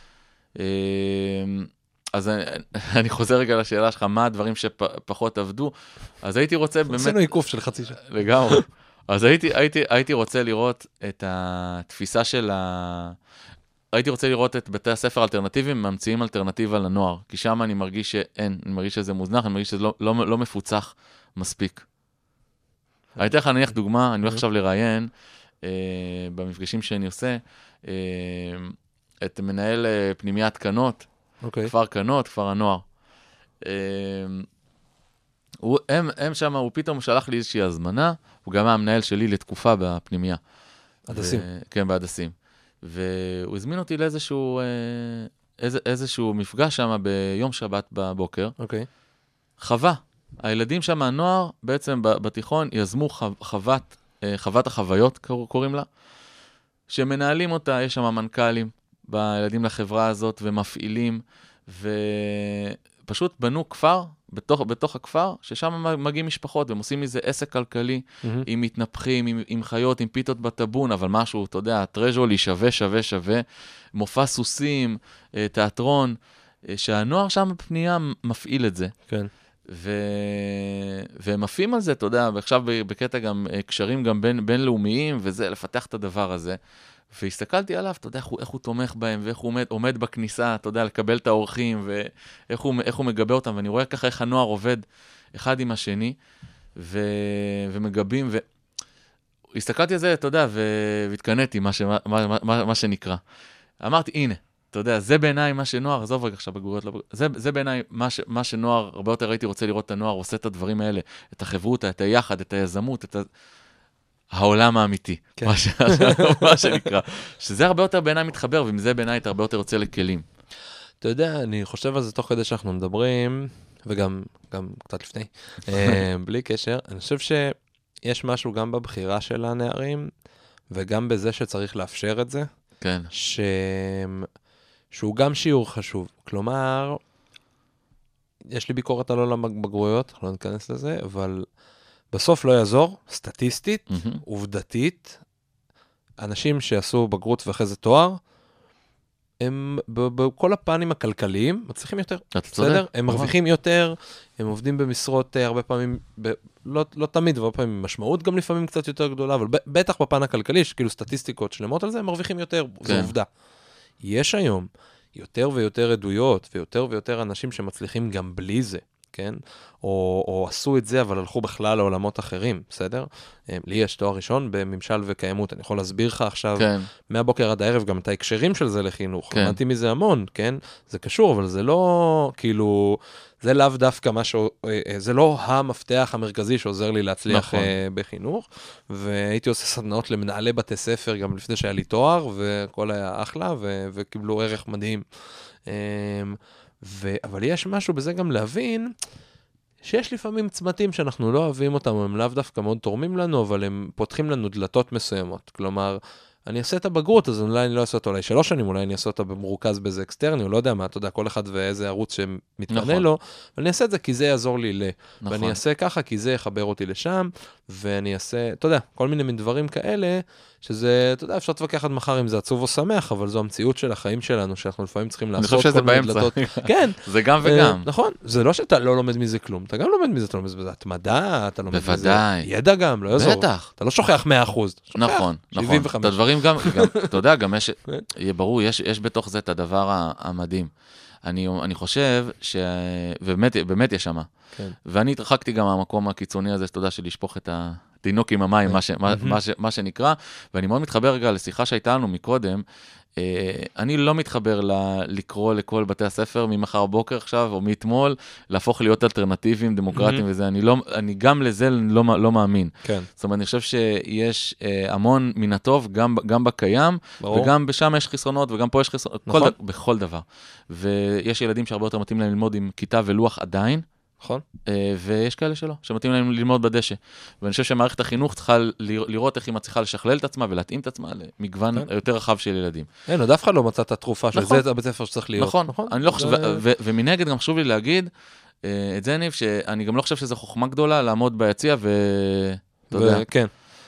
אז אני, אני חוזר רגע לשאלה שלך, מה הדברים שפחות עבדו? אז הייתי רוצה באמת... עשינו עיקוף של חצי שעה. לגמרי. אז הייתי, הייתי, הייתי רוצה לראות את התפיסה של ה... הייתי רוצה לראות את בתי הספר האלטרנטיביים, ממציאים אלטרנטיבה לנוער, כי שם אני מרגיש שאין, אני מרגיש שזה מוזנח, אני מרגיש שזה לא, לא, לא מפוצח מספיק. הייתי לך נניח דוגמה, אני הולך עכשיו לראיין, אה, במפגשים שאני עושה, אה, את מנהל אה, פנימיית קנות, Okay. כפר קנות, כפר הנוער. הוא, הם, הם שם, הוא פתאום שלח לי איזושהי הזמנה, הוא גם היה המנהל שלי לתקופה בפנימיה. הדסים. ו... כן, בהדסים. והוא הזמין אותי לאיזשהו איזה, איזשהו מפגש שם ביום שבת בבוקר. אוקיי. Okay. חווה. הילדים שם, הנוער, בעצם בתיכון, יזמו חוות, חוות החוויות, קוראים לה, שמנהלים אותה, יש שם מנכ"לים. בילדים לחברה הזאת, ומפעילים, ופשוט בנו כפר, בתוך, בתוך הכפר, ששם מגיעים משפחות, והם עושים מזה עסק כלכלי, mm-hmm. עם מתנפחים, עם, עם חיות, עם פיתות בטבון, אבל משהו, אתה יודע, טרז'ולי שווה, שווה, שווה, מופע סוסים, תיאטרון, שהנוער שם בפנייה מפעיל את זה. כן. ו... והם מפעים על זה, אתה יודע, ועכשיו בקטע גם קשרים גם בין, בינלאומיים, וזה, לפתח את הדבר הזה. והסתכלתי עליו, אתה יודע, איך הוא, איך הוא תומך בהם, ואיך הוא עומד, עומד בכניסה, אתה יודע, לקבל את האורחים, ואיך הוא, איך הוא מגבה אותם, ואני רואה ככה איך הנוער עובד אחד עם השני, ו, ומגבים, והסתכלתי על זה, אתה יודע, והתקנאתי, מה, ש, מה, מה, מה, מה שנקרא. אמרתי, הנה, אתה יודע, זה בעיניי מה שנוער, עזוב רגע עכשיו בגרויות, לא, זה, זה בעיניי מה, ש, מה שנוער, הרבה יותר הייתי רוצה לראות את הנוער, עושה את הדברים האלה, את החברותה, את היחד, את היזמות, את ה... העולם האמיתי, כן. מה, ש... מה שנקרא. שזה הרבה יותר בעיניי מתחבר, ועם זה בעיניי אתה הרבה יותר יוצא לכלים. אתה יודע, אני חושב על זה תוך כדי שאנחנו מדברים, וגם גם קצת לפני, בלי קשר, אני חושב שיש משהו גם בבחירה של הנערים, וגם בזה שצריך לאפשר את זה, כן. ש... שהוא גם שיעור חשוב. כלומר, יש לי ביקורת על עולם הבגרויות, לא ניכנס לזה, אבל... בסוף לא יעזור, סטטיסטית, mm-hmm. עובדתית, אנשים שעשו בגרות ואחרי זה תואר, הם בכל הפנים הכלכליים מצליחים יותר. אתה צודק. הם מרוויחים יותר, הם עובדים במשרות הרבה פעמים, ב, לא, לא תמיד, הרבה פעמים משמעות גם לפעמים קצת יותר גדולה, אבל בטח בפן הכלכלי, יש כאילו סטטיסטיקות שלמות על זה, הם מרוויחים יותר, כן. זו עובדה. יש היום יותר ויותר עדויות, ויותר ויותר אנשים שמצליחים גם בלי זה. כן? או, או עשו את זה, אבל הלכו בכלל לעולמות אחרים, בסדר? לי יש תואר ראשון בממשל וקיימות, אני יכול להסביר לך עכשיו, כן. מהבוקר עד הערב, גם את ההקשרים של זה לחינוך, כן. למדתי מזה המון, כן? זה קשור, אבל זה לא, כאילו, זה לאו דווקא משהו, זה לא המפתח המרכזי שעוזר לי להצליח נכון. בחינוך, והייתי עושה סדנאות למנהלי בתי ספר, גם לפני שהיה לי תואר, וכל היה אחלה, ו- וקיבלו ערך מדהים. ו- אבל יש משהו בזה גם להבין, שיש לפעמים צמתים שאנחנו לא אוהבים אותם, הם לאו דווקא מאוד תורמים לנו, אבל הם פותחים לנו דלתות מסוימות. כלומר, אני אעשה את הבגרות, אז אולי אני לא אעשה אותה אולי שלוש שנים, אולי אני אעשה אותה במרוכז באיזה אקסטרני, או לא יודע מה, אתה יודע, כל אחד ואיזה ערוץ שמתפנה נכון. לו, אבל אני אעשה את זה כי זה יעזור לי ל... נכון. ואני אעשה ככה כי זה יחבר אותי לשם, ואני אעשה, אתה יודע, כל מיני דברים כאלה, שזה, אתה יודע, אפשר תווכח עד מחר אם זה עצוב או שמח, אבל זו המציאות של החיים שלנו, שאנחנו לפעמים צריכים לעשות כל מיני דלתות. כן. זה גם וגם. נכון, זה לא שאתה לא לומד מזה כלום, אתה גם לומד מזה, אתה לומד מזה התמדה, אתה לומד מזה ידע גם, לא יעזור. בטח. אתה לא שוכח מאה אחוז. נכון, נכון. את הדברים גם, אתה יודע, גם יש, יהיה ברור, יש בתוך זה את הדבר המדהים. אני חושב ש... ובאמת יש שמה. ואני התרחקתי גם מהמקום הקיצוני הזה, שאתה יודע, של לשפוך את התינוק עם המים, מה שנקרא, ואני מאוד מתחבר רגע לשיחה שהייתה לנו מקודם, אני לא מתחבר לקרוא לכל בתי הספר ממחר בוקר עכשיו, או מאתמול, להפוך להיות אלטרנטיביים, דמוקרטיים וזה. אני לא, אני גם לזה לא, לא מאמין. כן. זאת אומרת, אני חושב שיש המון מן הטוב, גם, גם בקיים, ברור. וגם בשם יש חסרונות, וגם פה יש חסרונות, נכון. כל, בכל דבר. ויש ילדים שהרבה יותר מתאים להם ללמוד עם כיתה ולוח עדיין, נכון. ויש כאלה שלא, שמתאים להם ללמוד בדשא. ואני חושב שמערכת החינוך צריכה לראות איך היא מצליחה לשכלל את עצמה ולהתאים את עצמה למגוון יותר רחב של ילדים. אין, עוד אף אחד לא מצא את התרופה של זה הבית ספר שצריך להיות. נכון, אני לא חושב, ומנגד גם חשוב לי להגיד, את זה ניב, שאני גם לא חושב שזו חוכמה גדולה לעמוד ביציע ואתה יודע. כן.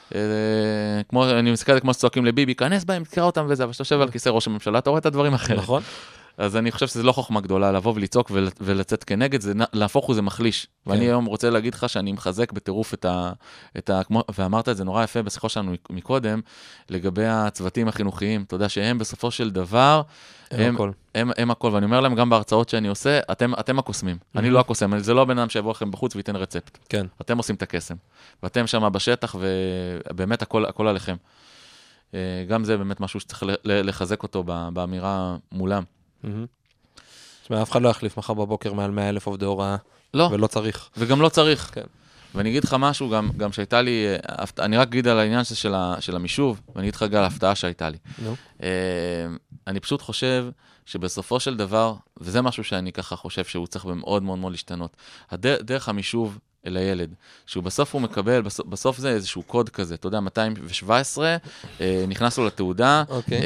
כמו, אני מסתכל כמו שצועקים לביבי, כנס בהם, תקרא אותם וזה, אבל שאתה יושב על כיסא ראש הממשלה, אתה רואה את הדברים אחרת. נכון. אז אני חושב שזה לא חוכמה גדולה, לבוא ולצעוק ולצאת כנגד, זה להפוך זה מחליש. ואני היום רוצה להגיד לך שאני מחזק בטירוף את ה... את ה ואמרת את זה נורא יפה בשיחה שלנו מקודם, לגבי הצוותים החינוכיים. אתה יודע שהם בסופו של דבר, הם, הכל. הם, הם הכל. ואני אומר להם גם בהרצאות שאני עושה, אתם, אתם הקוסמים. אני לא הקוסם, זה לא בן אדם שיבוא לכם בחוץ וייתן רצפט. כן. אתם עושים את הקסם. ואתם שם בשטח, ובאמת הכל, הכל עליכם. גם זה באמת משהו שצריך לחזק אותו באמירה מולם. תשמע, אף אחד לא יחליף מחר בבוקר מעל מאה אלף עובדי הוראה, לא. ולא צריך. וגם לא צריך. כן. ואני אגיד לך משהו, גם, גם שהייתה לי, אני רק אגיד על העניין של, ה, של המישוב, ואני אגיד לך גם על ההפתעה שהייתה לי. No. אני פשוט חושב שבסופו של דבר, וזה משהו שאני ככה חושב שהוא צריך מאוד מאוד מאוד להשתנות, הדרך, דרך המישוב אל הילד, שהוא בסוף הוא מקבל, בסוף, בסוף זה איזשהו קוד כזה, אתה יודע, מאתיים שבע עשרה, נכנס לו לתעודה, אוקיי.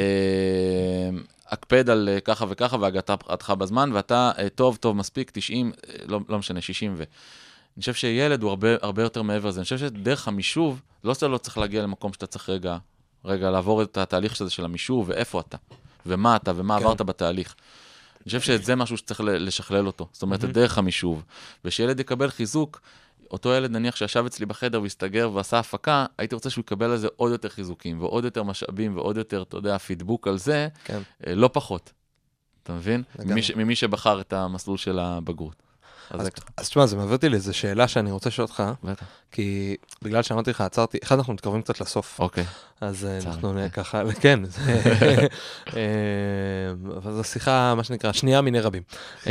אקפד על ככה וככה, והגעתך בזמן, ואתה טוב, טוב, מספיק, תשעים, לא, לא משנה, שישים ו... אני חושב שילד הוא הרבה, הרבה יותר מעבר לזה. אני חושב שדרך המישוב, לא שאתה לא צריך להגיע למקום שאתה צריך רגע, רגע לעבור את התהליך שזה של המישוב, ואיפה אתה, ומה אתה, ומה כן. עברת בתהליך. אני חושב שזה משהו שצריך לשכלל אותו. זאת אומרת, mm-hmm. דרך המישוב. ושילד יקבל חיזוק, אותו ילד נניח שישב אצלי בחדר והסתגר ועשה הפקה, הייתי רוצה שהוא יקבל על זה עוד יותר חיזוקים, ועוד יותר משאבים, ועוד יותר, אתה יודע, פידבוק על זה, כן. לא פחות. אתה מבין? ממי, ממי שבחר את המסלול של הבגרות. אז, אז תשמע, זה מעביר אותי לאיזו שאלה שאני רוצה לשאול אותך, בטח. כי בגלל שאמרתי לך, עצרתי, אחד אנחנו מתקרבים קצת לסוף. אוקיי. אז אנחנו ככה, כן, אבל זו שיחה, מה שנקרא, שנייה מיני רבים.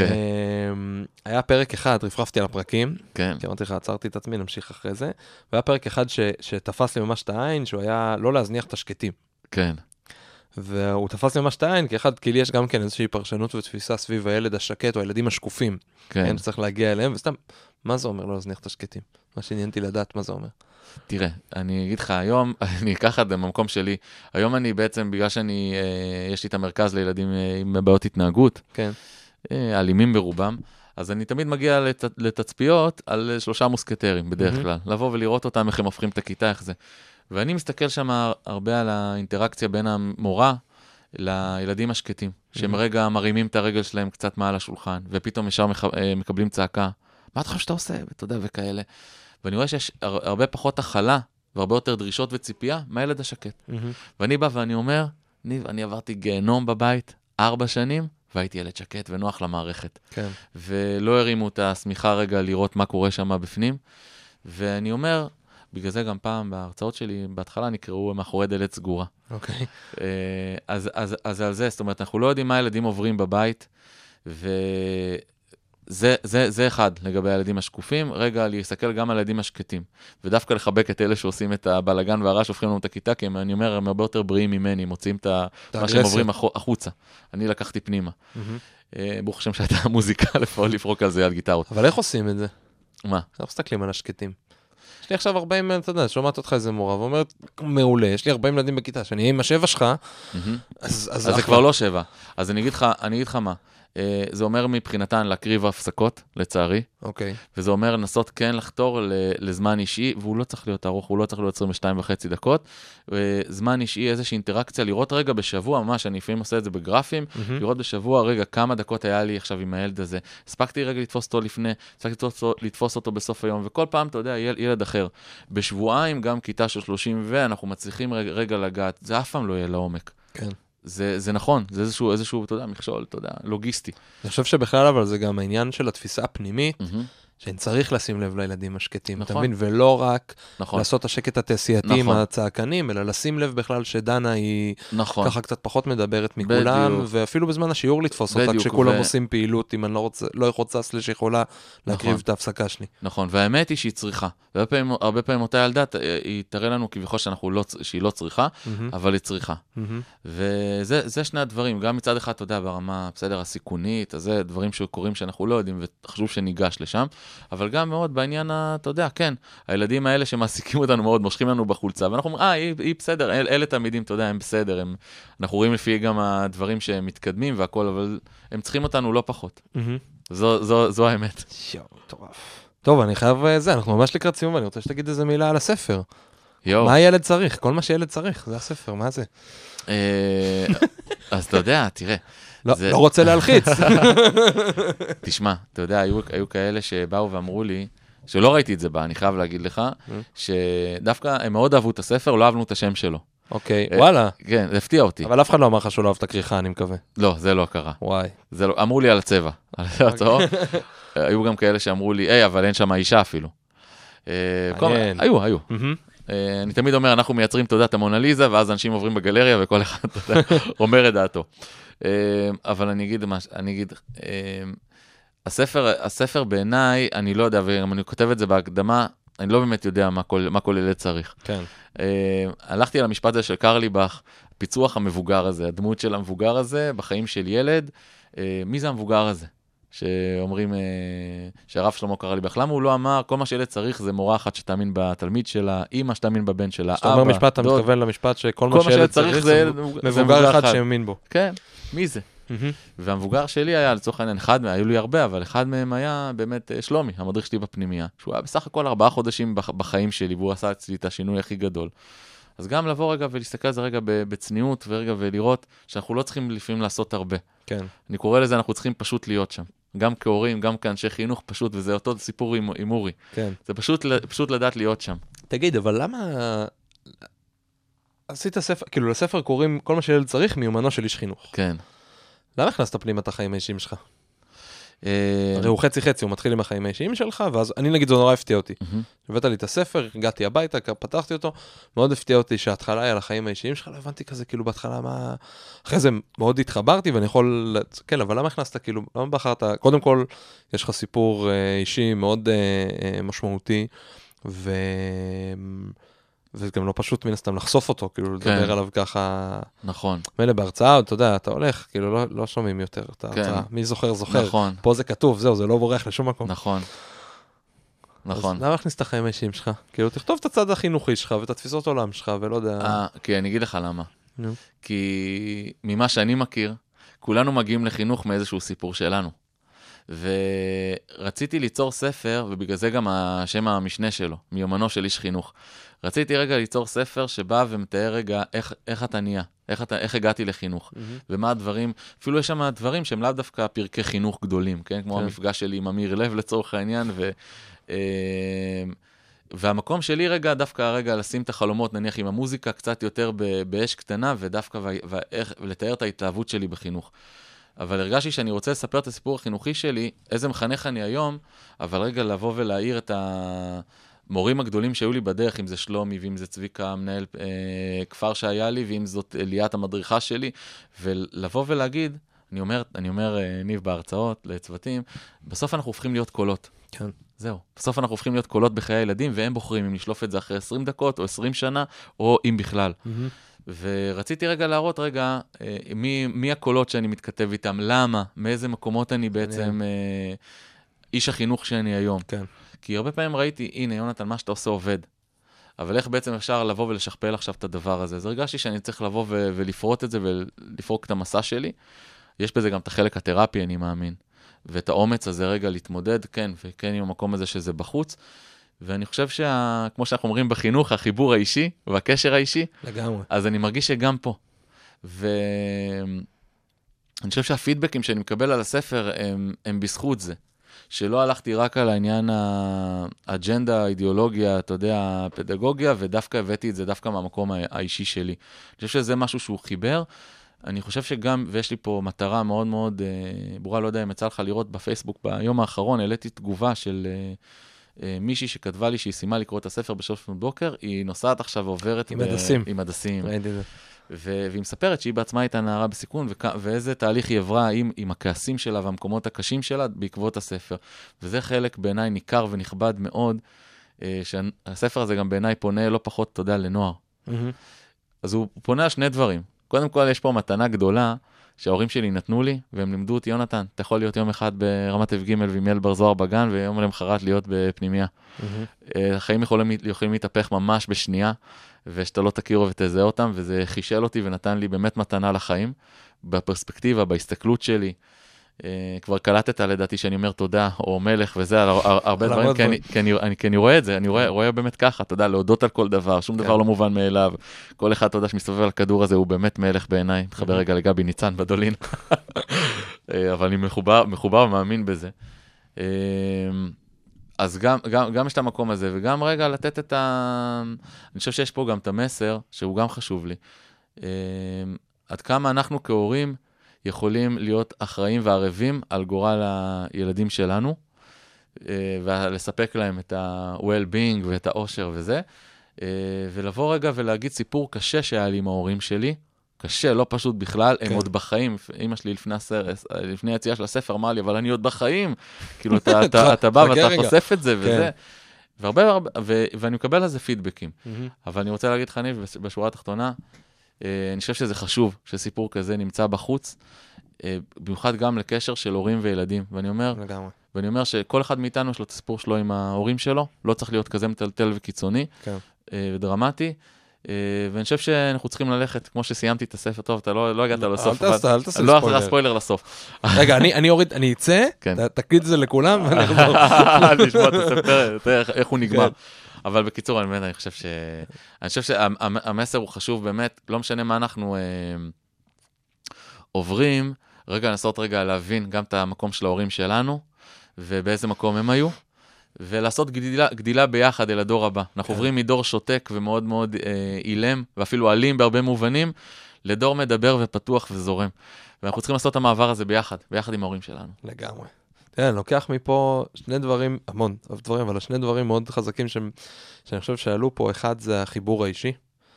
היה פרק אחד, רפרפתי על הפרקים, כן. כי אמרתי לך, עצרתי את עצמי, נמשיך אחרי זה, והיה פרק אחד שתפס לי ממש את העין, שהוא היה לא להזניח את השקטים. כן. והוא תפס לי ממש את העין, כי אחד, כי לי יש גם כן איזושהי פרשנות ותפיסה סביב הילד השקט, או הילדים השקופים. כן. אין שצריך להגיע אליהם, וסתם, מה זה אומר לא להזניח את השקטים? מה שעניינתי לדעת, מה זה אומר? תראה, אני אגיד לך, היום, אני אקח את זה במקום שלי, היום אני בעצם, בגלל שאני, יש לי את המרכז לילדים עם בעיות התנהגות, כן. אלימים ברובם, אז אני תמיד מגיע לת, לתצפיות על שלושה מוסקטרים, בדרך כלל, לבוא ולראות אותם, איך הם הופכים את הכיתה, איך זה. ואני מסתכל שם הרבה על האינטראקציה בין המורה לילדים השקטים, שהם רגע מרימים את הרגל שלהם קצת מעל השולחן, ופתאום ישר מקבלים צעקה, מה אתה חושב שאתה עושה? ואתה יודע, וכאלה. ואני רואה שיש הרבה פחות החלה, והרבה יותר דרישות וציפייה, מהילד השקט. ואני בא ואני אומר, ניב, אני עברתי גיהנום בבית, ארבע שנים, והייתי ילד שקט ונוח למערכת. כן. ולא הרימו את השמיכה רגע לראות מה קורה שם בפנים. ואני אומר, בגלל זה גם פעם בהרצאות שלי, בהתחלה נקראו מאחורי דלת סגורה. אוקיי. אז, אז, אז על זה, זאת אומרת, אנחנו לא יודעים מה הילדים עוברים בבית, וזה זה, זה אחד לגבי הילדים השקופים. רגע, להסתכל גם על הילדים השקטים, ודווקא לחבק את אלה שעושים את הבלגן והרעש, הופכים לנו את הכיתה, כי אני אומר, הם הרבה יותר בריאים ממני, מוצאים את מה שהם עוברים החוצה. אני לקחתי פנימה. ברוך השם שהייתה מוזיקה לפרוק על זה על גיטרות. אבל איך עושים את זה? מה? אנחנו מסתכלים על השקטים. יש לי עכשיו ארבעים, אתה יודע, שומעת אותך איזה מורה, ואומרת, מעולה, יש לי ארבעים ילדים בכיתה, שאני אהיה עם השבע שלך, אז זה כבר לא שבע. אז אני אגיד לך מה, זה אומר מבחינתן להקריב הפסקות, לצערי, אוקיי. וזה אומר לנסות כן לחתור לזמן אישי, והוא לא צריך להיות ארוך, הוא לא צריך להיות עשרים ושתיים וחצי דקות, זמן אישי, איזושהי אינטראקציה, לראות רגע בשבוע, ממש, אני לפעמים עושה את זה בגרפים, לראות בשבוע, רגע, כמה דקות היה לי עכשיו עם הילד הזה, הספקתי רגע לתפוס אותו לפני, הספקתי לתפוס אותו בסוף היום, וכל פעם, אתה יודע, ילד אחר. בשבועיים, גם כיתה של שלושים, ואנחנו מצליחים רגע לגעת, זה אף פעם לא יהיה לעומק. כן. זה, זה נכון, זה איזשהו, איזשהו, אתה יודע, מכשול, אתה יודע, לוגיסטי. אני חושב שבכלל, אבל זה גם העניין של התפיסה הפנימית, שאני צריך לשים לב לילדים השקטים, אתה נכון. מבין? ולא רק נכון, לעשות את השקט התעשייתי עם נכון. הצעקנים, אלא לשים לב בכלל שדנה היא נכון. ככה קצת פחות מדברת מכולם, בדיוק. ואפילו בזמן השיעור לתפוס אותה, בדיוק, כשכולם ו- עושים פעילות, אם אני לא רוצה, לא רוצה סלש יכולה להקריב נכון. את ההפסקה שלי. נכון, והאמת היא שהיא צריכה. והרבה פעמים, הרבה פעמים אותה ילדה, ת- היא תראה לנו כביכול שאנחנו לא, שהיא לא צריכה, מהמם, אבל היא צריכה. מהמם. וזה זה שני הדברים, גם מצד אחד, אתה יודע, ברמה, בסדר, הסיכונית, אז זה דברים שקורים שאנחנו לא יודעים, וחשוב שניגש לשם, אבל גם מאוד בעניין, ה- אתה יודע, כן, הילדים האלה שמעסיקים אותנו מאוד, מושכים לנו בחולצה, ואנחנו אומרים, אה, היא, היא בסדר, אל, אלה תלמידים, אתה יודע, הם בסדר, הם, אנחנו רואים לפי גם הדברים שהם מתקדמים והכל, אבל הם צריכים אותנו לא פחות. מהמם. זו, זו, זו האמת. יואו, מטורף. טוב, אני חייב אה, זה, אנחנו ממש לקראת סיום, ואני רוצה שתגיד איזה מילה על הספר. יואו. מה הילד צריך? כל מה שילד צריך, זה הספר, מה זה? אה, אז אתה יודע, תראה, לא, זה- לא רוצה להלחיץ. תשמע, אתה יודע, היו, היו כאלה שבאו ואמרו לי, שלא ראיתי את זה בה, אני חייב להגיד לך, שדווקא הם מאוד אהבו את הספר, לא אהבנו את השם שלו. אוקיי, אה, וואלה. כן, זה הפתיע אותי. אבל אף אחד לא אמר לך שהוא לא אהב את הכריכה, אני מקווה. לא, זה לא קרה. וואי. זה לא, אמרו לי על הצבע, על הצבע. היו גם כאלה שאמרו לי, היי, אבל אין שם אישה אפילו. אה, כל- מעניין. היו, היו. מהמם. אה, אני תמיד אומר, אנחנו מייצרים תעודת המונליזה, ואז אנשים עוברים בגלריה, וכל אחד אתה יודע, אומר את דעתו. אה, אבל אני אגיד, מה- אני אגיד, אה, הספר, הספר בעיניי, אני לא יודע, וגם אני כותב את זה בהקדמה, אני לא באמת יודע מה כל, מה כל ילד צריך. כן. Uh, הלכתי על המשפט הזה של קרליבך, פיצוח המבוגר הזה, הדמות של המבוגר הזה בחיים של ילד, uh, מי זה המבוגר הזה? שאומרים, uh, שהרב שלמה קרליבך, למה הוא לא אמר, כל מה שילד צריך זה מורה אחת שתאמין בתלמיד שלה, אמא שתאמין בבן שלה, כשאתה אומר אבא, משפט, אתה דוד. מתכוון למשפט שכל כל מה שילד צריך זה זה מבוגר אחד שהאמין בו. כן, מי זה? מהמם. והמבוגר שלי היה, לצורך העניין, אחד מהם, היו לי הרבה, אבל אחד מהם היה באמת אה, שלומי, המדריך שלי בפנימייה, שהוא היה בסך הכל ארבעה חודשים בח- בחיים שלי, והוא עשה אצלי את השינוי הכי גדול. אז גם לבוא רגע ולהסתכל על זה רגע ב- בצניעות, ורגע ולראות שאנחנו לא צריכים לפעמים לעשות הרבה. כן. אני קורא לזה, אנחנו צריכים פשוט להיות שם. גם כהורים, גם כאנשי חינוך, פשוט, וזה אותו סיפור עם, עם אורי. כן. זה פשוט, ל- פשוט לדעת להיות שם. תגיד, אבל למה... עשית ספר, כאילו לספר קוראים כל מה שילד צריך מיומנו של איש חינוך. כן. למה הכנסת פנימה את החיים האישיים שלך? אה, הרי הוא חצי חצי, הוא מתחיל עם החיים האישיים שלך, ואז אני נגיד זה נורא הפתיע אותי. מהמם. הבאת לי את הספר, הגעתי הביתה, פתחתי אותו, מאוד הפתיע אותי שההתחלה היא על החיים האישיים שלך, לא הבנתי כזה כאילו בהתחלה מה... אחרי זה מאוד התחברתי ואני יכול... כן, אבל למה הכנסת כאילו, למה בחרת? קודם כל, יש לך סיפור אה, אישי מאוד אה, אה, משמעותי, ו... וזה גם לא פשוט מן הסתם לחשוף אותו, כאילו לדבר עליו ככה... נכון, מילא בהרצאה, אתה יודע, אתה הולך, כאילו לא, לא שומעים יותר את כן. ההרצאה. מי זוכר, זוכר. נכון, פה זה כתוב, זהו, זה לא בורח לשום מקום. נכון. נכון. אז למה להכניס את החיים האישיים שלך? כאילו, תכתוב את הצד החינוכי שלך ואת התפיסות עולם שלך, ולא יודע... אה, כי אני אגיד לך למה. נו. כי ממה שאני מכיר, כולנו מגיעים לחינוך מאיזשהו סיפור שלנו. ורציתי ליצור ספר, ובגלל זה גם השם המשנה שלו, מיומנו של איש חינוך. רציתי רגע ליצור ספר שבא ומתאר רגע איך, איך אתה נהיה, איך, אתה, איך הגעתי לחינוך, ומה הדברים, אפילו יש שם דברים שהם לאו דווקא פרקי חינוך גדולים, כן? כמו כן. המפגש שלי עם אמיר לב לצורך העניין, ו... אה, והמקום שלי רגע, דווקא רגע לשים את החלומות, נניח עם המוזיקה קצת יותר ב- באש קטנה, ודווקא ו- ואיך, ולתאר את ההתלהבות שלי בחינוך. אבל הרגשתי שאני רוצה לספר את הסיפור החינוכי שלי, איזה מחנך אני היום, אבל רגע לבוא ולהעיר את המורים הגדולים שהיו לי בדרך, אם זה שלומי, ואם זה צביקה, מנהל אה, כפר שהיה לי, ואם זאת ליאת המדריכה שלי, ולבוא ולהגיד, אני אומר, אני אומר אה, ניב בהרצאות לצוותים, בסוף אנחנו הופכים להיות קולות. כן. זהו. בסוף אנחנו הופכים להיות קולות בחיי הילדים, והם בוחרים אם לשלוף את זה אחרי עשרים דקות, או עשרים שנה, או אם בכלל. ורציתי רגע להראות רגע, אה, מי, מי הקולות שאני מתכתב איתם, למה, מאיזה מקומות אני בעצם אה, איש החינוך שאני היום. כן. כי הרבה פעמים ראיתי, הנה יונתן, מה שאתה עושה עובד. אבל איך בעצם אפשר לבוא ולשכפל עכשיו את הדבר הזה? אז הרגשתי שאני צריך לבוא ו- ולפרוט את זה ולפרוק את המסע שלי. יש בזה גם את החלק התרפי, אני מאמין. ואת האומץ הזה רגע להתמודד, כן, וכן עם המקום הזה שזה בחוץ. ואני חושב שכמו שאנחנו אומרים בחינוך, החיבור האישי והקשר האישי, לגמרי. אז אני מרגיש שגם פה. ואני חושב שהפידבקים שאני מקבל על הספר הם, הם בזכות זה. שלא הלכתי רק על העניין האג'נדה, האידיאולוגיה, אתה יודע, הפדגוגיה, ודווקא הבאתי את זה דווקא מהמקום האישי שלי. אני חושב שזה משהו שהוא חיבר, אני חושב שגם, ויש לי פה מטרה מאוד מאוד אה, ברורה, לא יודע אם יצא לך לראות בפייסבוק ביום האחרון, העליתי תגובה של אה, אה, מישהי שכתבה לי שהיא סיימה לקרוא את הספר בשלוש לפנות בוקר, היא נוסעת עכשיו ועוברת... עם הדסים. עם הדסים. ראיתי זה. ו- והיא מספרת שהיא בעצמה הייתה נערה בסיכון, וכ- ואיזה תהליך היא עברה עם, עם הכעסים שלה והמקומות הקשים שלה בעקבות הספר. וזה חלק בעיניי ניכר ונכבד מאוד, אה, שהספר הזה גם בעיניי פונה לא פחות, אתה יודע, לנוער. Mm-hmm. אז הוא פונה על שני דברים. קודם כל, יש פה מתנה גדולה שההורים שלי נתנו לי, והם לימדו אותי, יונתן, אתה יכול להיות יום אחד ברמת אף ג' ועם ילד בר זוהר בגן, ויום למחרת להיות בפנימיה. Mm-hmm. החיים יכולים, יכולים להתהפך ממש בשנייה, ושאתה לא תכיר ותזהה אותם, וזה חישל אותי ונתן לי באמת מתנה לחיים, בפרספקטיבה, בהסתכלות שלי. כבר קלטת לדעתי שאני אומר תודה, או מלך, וזה, הרבה דברים, כי אני, כי אני, כי אני רואה את זה, אני רואה, רואה באמת ככה, תודה, להודות על כל דבר, שום דבר לא מובן מאליו, כל אחד, תודה, שמסתובב על הכדור הזה, הוא באמת מלך בעיניי, תחבר רגע לגבי ניצן בדולין, אבל אני מחובר, מחובר ומאמין בזה. אז גם, גם, גם יש את המקום הזה, וגם רגע לתת את ה... אני חושב שיש פה גם את המסר, שהוא גם חשוב לי. עד כמה אנחנו כהורים יכולים להיות אחראים וערבים על גורל הילדים שלנו, ולספק להם את ה-well-being ואת האושר וזה, ולבוא רגע ולהגיד סיפור קשה שהיה לי עם ההורים שלי, קשה, לא פשוט בכלל, הם עוד בחיים. אמא שלי לפני הסרס, לפני היציאה של הספר אמר לי, אבל אני עוד בחיים. כאילו, אתה בא ואתה חושף את זה וזה. והרבה, ואני מקבל על זה פידבקים. אבל אני רוצה להגיד לך, ניב, בשורה התחתונה, אני חושב שזה חשוב שסיפור כזה נמצא בחוץ, במיוחד גם לקשר של הורים וילדים. ואני אומר, ואני אומר שכל אחד מאיתנו יש לו את הסיפור שלו עם ההורים שלו, לא צריך להיות כזה מטלטל וקיצוני ודרמטי. ואני חושב שאנחנו צריכים ללכת, כמו שסיימתי את הספר, טוב, אתה לא הגעת לסוף. אל תעשה, אל תעשה ספוילר. לא ספוילר לסוף. רגע, אני אוריד, אני אצא, תקליט את זה לכולם, ואני אחזור. לשמוע את הספר, איך הוא נגמר. אבל בקיצור, אני חושב ש... אני חושב שהמסר הוא חשוב באמת, לא משנה מה אנחנו עוברים, רגע, לנסות רגע להבין גם את המקום של ההורים שלנו, ובאיזה מקום הם היו. ולעשות גדילה, גדילה ביחד אל הדור הבא. אנחנו עוברים מדור שותק ומאוד מאוד אה, אילם, ואפילו אלים בהרבה מובנים, לדור מדבר ופתוח וזורם. ואנחנו צריכים לעשות את המעבר הזה ביחד, ביחד עם ההורים שלנו. לגמרי. תראה, אני לוקח מפה שני דברים, המון דברים, אבל שני דברים מאוד חזקים ש... שאני חושב שעלו פה. אחד זה החיבור האישי,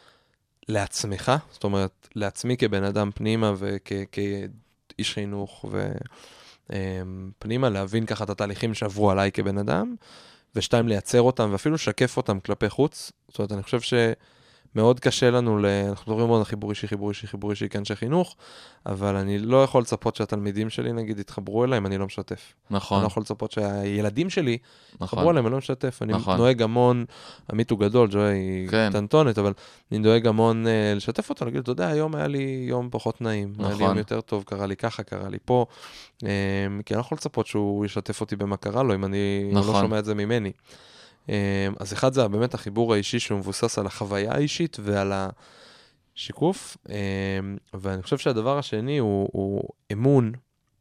לעצמך, זאת אומרת, לעצמי כבן אדם פנימה וכאיש חינוך ו... פנימה, להבין ככה את התהליכים שעברו עליי כבן אדם, ושתיים, לייצר אותם, ואפילו לשקף אותם כלפי חוץ. זאת אומרת, אני חושב שמאוד קשה לנו, ל... אנחנו מדברים מאוד על חיבור אישי, חיבור אישי, חיבור אישי, כאנשי חינוך, אבל אני לא יכול לצפות שהתלמידים שלי, נגיד, יתחברו אליי אם אני לא משתף. נכון. אני לא יכול לצפות שהילדים שלי נכון. יתחברו אליי אם אני לא משתף. אני נכון. נוהג המון, עמית הוא גדול, ג'וי היא כן. קטנטונת, אבל אני נוהג המון uh, לשתף אותו, להגיד, אתה יודע, היום היה לי יום פחות נעים, נכון. היה לי יום יותר טוב, קרה לי ככה, קרה לי פה, um, כי אני לא יכול לצפות שהוא ישתף אותי במה קרה לו, אם אני נכון. לא שומע את זה ממני. Um, אז אחד זה באמת החיבור האישי שהוא מבוסס על החוויה האישית ועל השיקוף, um, ואני חושב שהדבר השני הוא, הוא אמון.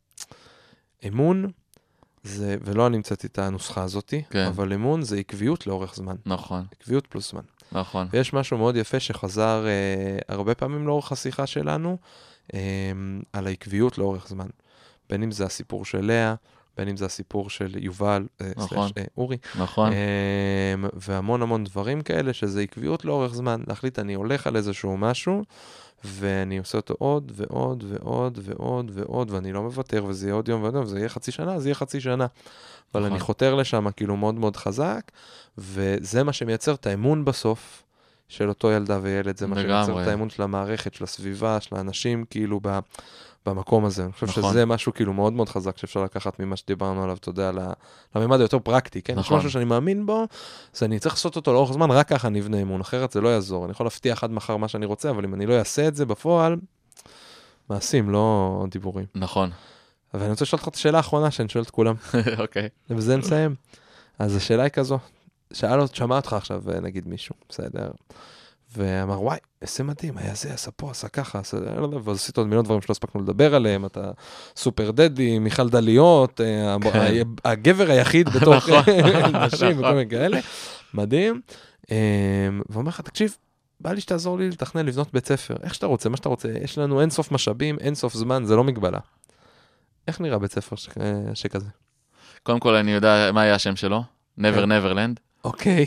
אמון, זה, ולא אני מצאתי את הנוסחה הזאת, כן. אבל אמון זה עקביות לאורך זמן. נכון. עקביות פלוס זמן. נכון. ויש משהו מאוד יפה שחזר אה, הרבה פעמים לאורך השיחה שלנו, אה, על העקביות לאורך זמן. בין אם זה הסיפור של לאה, בין אם זה הסיפור של יובל, אה, נכון. סלש, אה, אורי. נכון. אה, והמון המון דברים כאלה, שזה עקביות לאורך זמן. להחליט, אני הולך על איזשהו משהו, ואני עושה אותו עוד ועוד ועוד ועוד ועוד, ואני לא מוותר, וזה יהיה עוד יום ועוד יום, וזה יהיה חצי שנה, אז יהיה חצי שנה. אבל אני חותר לשם כאילו מאוד מאוד חזק, וזה מה שמייצר את האמון בסוף של אותו ילדה וילד, זה מה שמייצר את האמון של המערכת, של הסביבה, של האנשים, כאילו במקום הזה. אני חושב שזה משהו כאילו מאוד מאוד חזק, שאפשר לקחת ממה שדיברנו עליו, אתה יודע, לממד היותר פרקטי, כן? יש משהו שאני מאמין בו, אז אני צריך לעשות אותו לאורך זמן, רק ככה נבנה אמון, אחרת זה לא יעזור. אני יכול להבטיח עד מחר מה שאני רוצה, אבל אם אני לא אעשה את זה בפועל, מעשים, לא דיבורים. נכון. אבל אני רוצה לשאול אותך את השאלה האחרונה, שאני שואל את כולם. אוקיי. ובזה נסיים. אז השאלה היא כזו, שאל אותך, שמע אותך עכשיו, נגיד מישהו, בסדר? ואמר, וואי, איזה מדהים, היה זה, עשה פה, עשה ככה, עשה... ואז עשית עוד מיליון דברים שלא הספקנו לדבר עליהם, אתה סופר דדי, מיכל דליות, הגבר היחיד בתוך נשים וכל מיני כאלה, מדהים. ואומר לך, תקשיב, בא לי שתעזור לי לתכנן, לבנות בית ספר. איך שאתה רוצה, מה שאתה רוצה. יש לנו אין סוף משאבים, אין סוף זמן, זה לא מגבלה. איך נראה בית ספר ש... שכזה? קודם כל, אני יודע מה היה השם שלו, Never Neverland. אוקיי.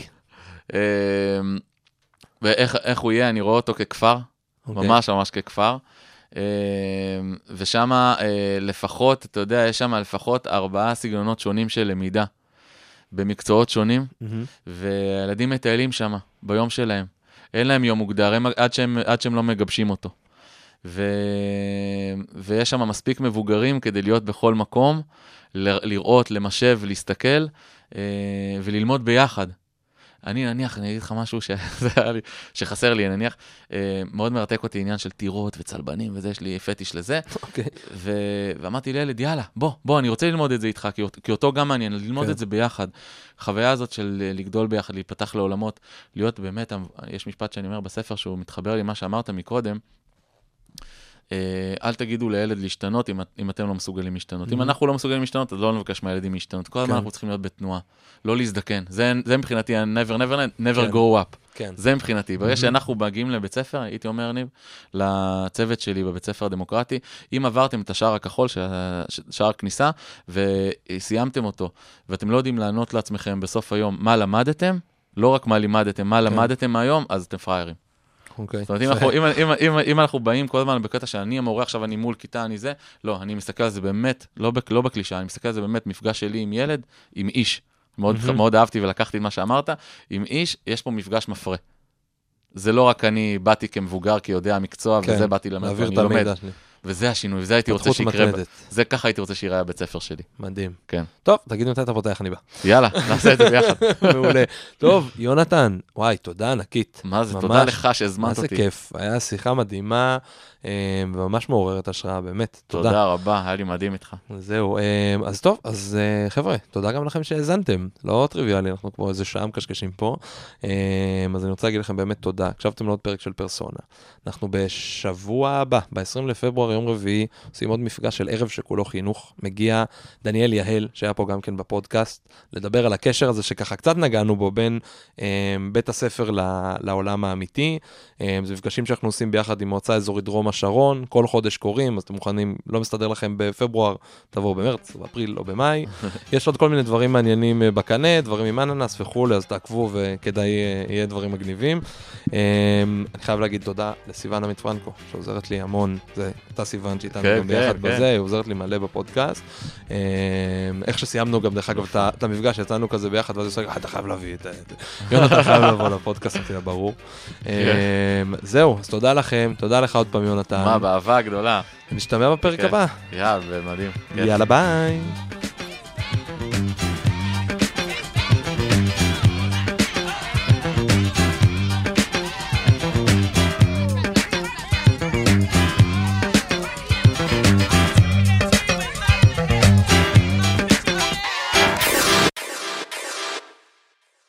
ואיך איך הוא יהיה, אני רואה אותו ככפר, ממש ממש ככפר. ושם לפחות, אתה יודע, יש שם לפחות ארבעה סגנונות שונים של למידה, במקצועות שונים, והילדים מטיילים שם, ביום שלהם. אין להם יום מוגדר, עד שהם, עד שהם לא מגבשים אותו. ו... ויש שם מספיק מבוגרים כדי להיות בכל מקום, ל... לראות, למשב, להסתכל, וללמוד ביחד. אני נניח, אני אגיד לך משהו ש... שחסר לי, נניח, מאוד מרתק אותי עניין של טירות וצלבנים, וזה, יש לי פטיש לזה. אוקיי. ו... ואמרתי לילד, יאללה, בוא, בוא, אני רוצה ללמוד את זה איתך, כי, כי אותו גם מעניין, ללמוד כן. את זה ביחד. חוויה הזאת של לגדול ביחד, להיפתח לעולמות, להיות באמת, יש משפט שאני אומר בספר, שהוא מתחבר לי מה שאמרת מקודם, אל תגידו לילד להשתנות אם, אם אתם לא מסוגלים להשתנות. אם אנחנו לא מסוגלים להשתנות, אז לא נבקש מהילדים להשתנות. כל הזמן אנחנו צריכים להיות בתנועה, לא להזדקן. זה, זה מבחינתי ה-never never never go up. כן. זה מבחינתי. ברגע שאנחנו מגיעים לבית ספר, הייתי אומר, ניב, לצוות שלי בבית ספר הדמוקרטי, אם עברתם את השער הכחול, שער כניסה, וסיימתם אותו, ואתם לא יודעים לענות לעצמכם בסוף היום מה למדתם, לא רק מה לימדתם, מה למדתם מהיום, אז אתם פריירים. אוקיי. זאת אומרת, אם אנחנו, אם, אם, אם, אם אנחנו באים כל הזמן בקטע שאני המורה, עכשיו אני מול כיתה, אני זה, לא, אני מסתכל על זה באמת, לא, לא בקלישה, אני מסתכל על זה באמת מפגש שלי עם ילד, עם איש. מאוד, mm-hmm. מאוד אהבתי ולקחתי את מה שאמרת, עם איש, יש פה מפגש מפרה. זה לא רק אני באתי כמבוגר, כי יודע המקצוע, כן. וזה באתי למד, ואני לומד. וזה השינוי, וזה הייתי רוצה שיקרה, זה ככה הייתי רוצה שיראה בבית ספר שלי. מדהים. כן. טוב, תגידו מתי אתה פותח, אני בא. יאללה, נעשה את זה ביחד. מעולה. טוב, יונתן, וואי, תודה ענקית. מה זה, תודה לך שהזמנת אותי. מה זה כיף, היה שיחה מדהימה, וממש מעוררת השראה, באמת, תודה. תודה רבה, היה לי מדהים איתך. זהו, אז טוב, אז חבר'ה, תודה גם לכם שהאזנתם, לא טריוויאלי, אנחנו כבר איזה שעה מקשקשים פה, אז אני רוצה להגיד לכם באמת תודה, הקשבתם לעוד פרק של פרסונה. אנחנו בשבוע הבא, ב-עשרים לפברואר, יום רביעי, עושים עוד מפגש של ערב שכולו חינוך, מגיע דניאל יהל, שהיה פה גם כן בפודקאסט, לדבר על הקשר הזה שככה קצת נגענו בו בין בית הספר לעולם האמיתי, זה מפגשים שאנחנו עושים ביחד עם מועצה אזורית דרום השרון, כל חודש קוראים, אז אתם מוכנים, לא מסתדר לכם בפברואר, תבואו במרץ, באפריל או במאי. יש עוד כל מיני דברים מעניינים בקנה, דברים עם אננס וכו', אז תעקבו וכדאי יהיה דברים מגניבים. אני חייב להגיד תודה לסיוון עמית פרנקו, שעוזרת לי המון, זה אותה סיוון שאיתנו גם ביחד בזה, היא עוזרת לי מלא בפודקאסט. איך שסיימנו גם דרך אגב את המפגש, יצאנו כזה ביחד, ואז היא עושה, אתה חייב להביא את זה. יונתן חייב לבוא לפודקאסט, זה ברור. זהו, אז תודה לכם, תודה לך עוד פעם יונתן. מה, באהבה גדולה. נשתמע בפרק הבא. יאללה, מדהים. יאללה, ביי.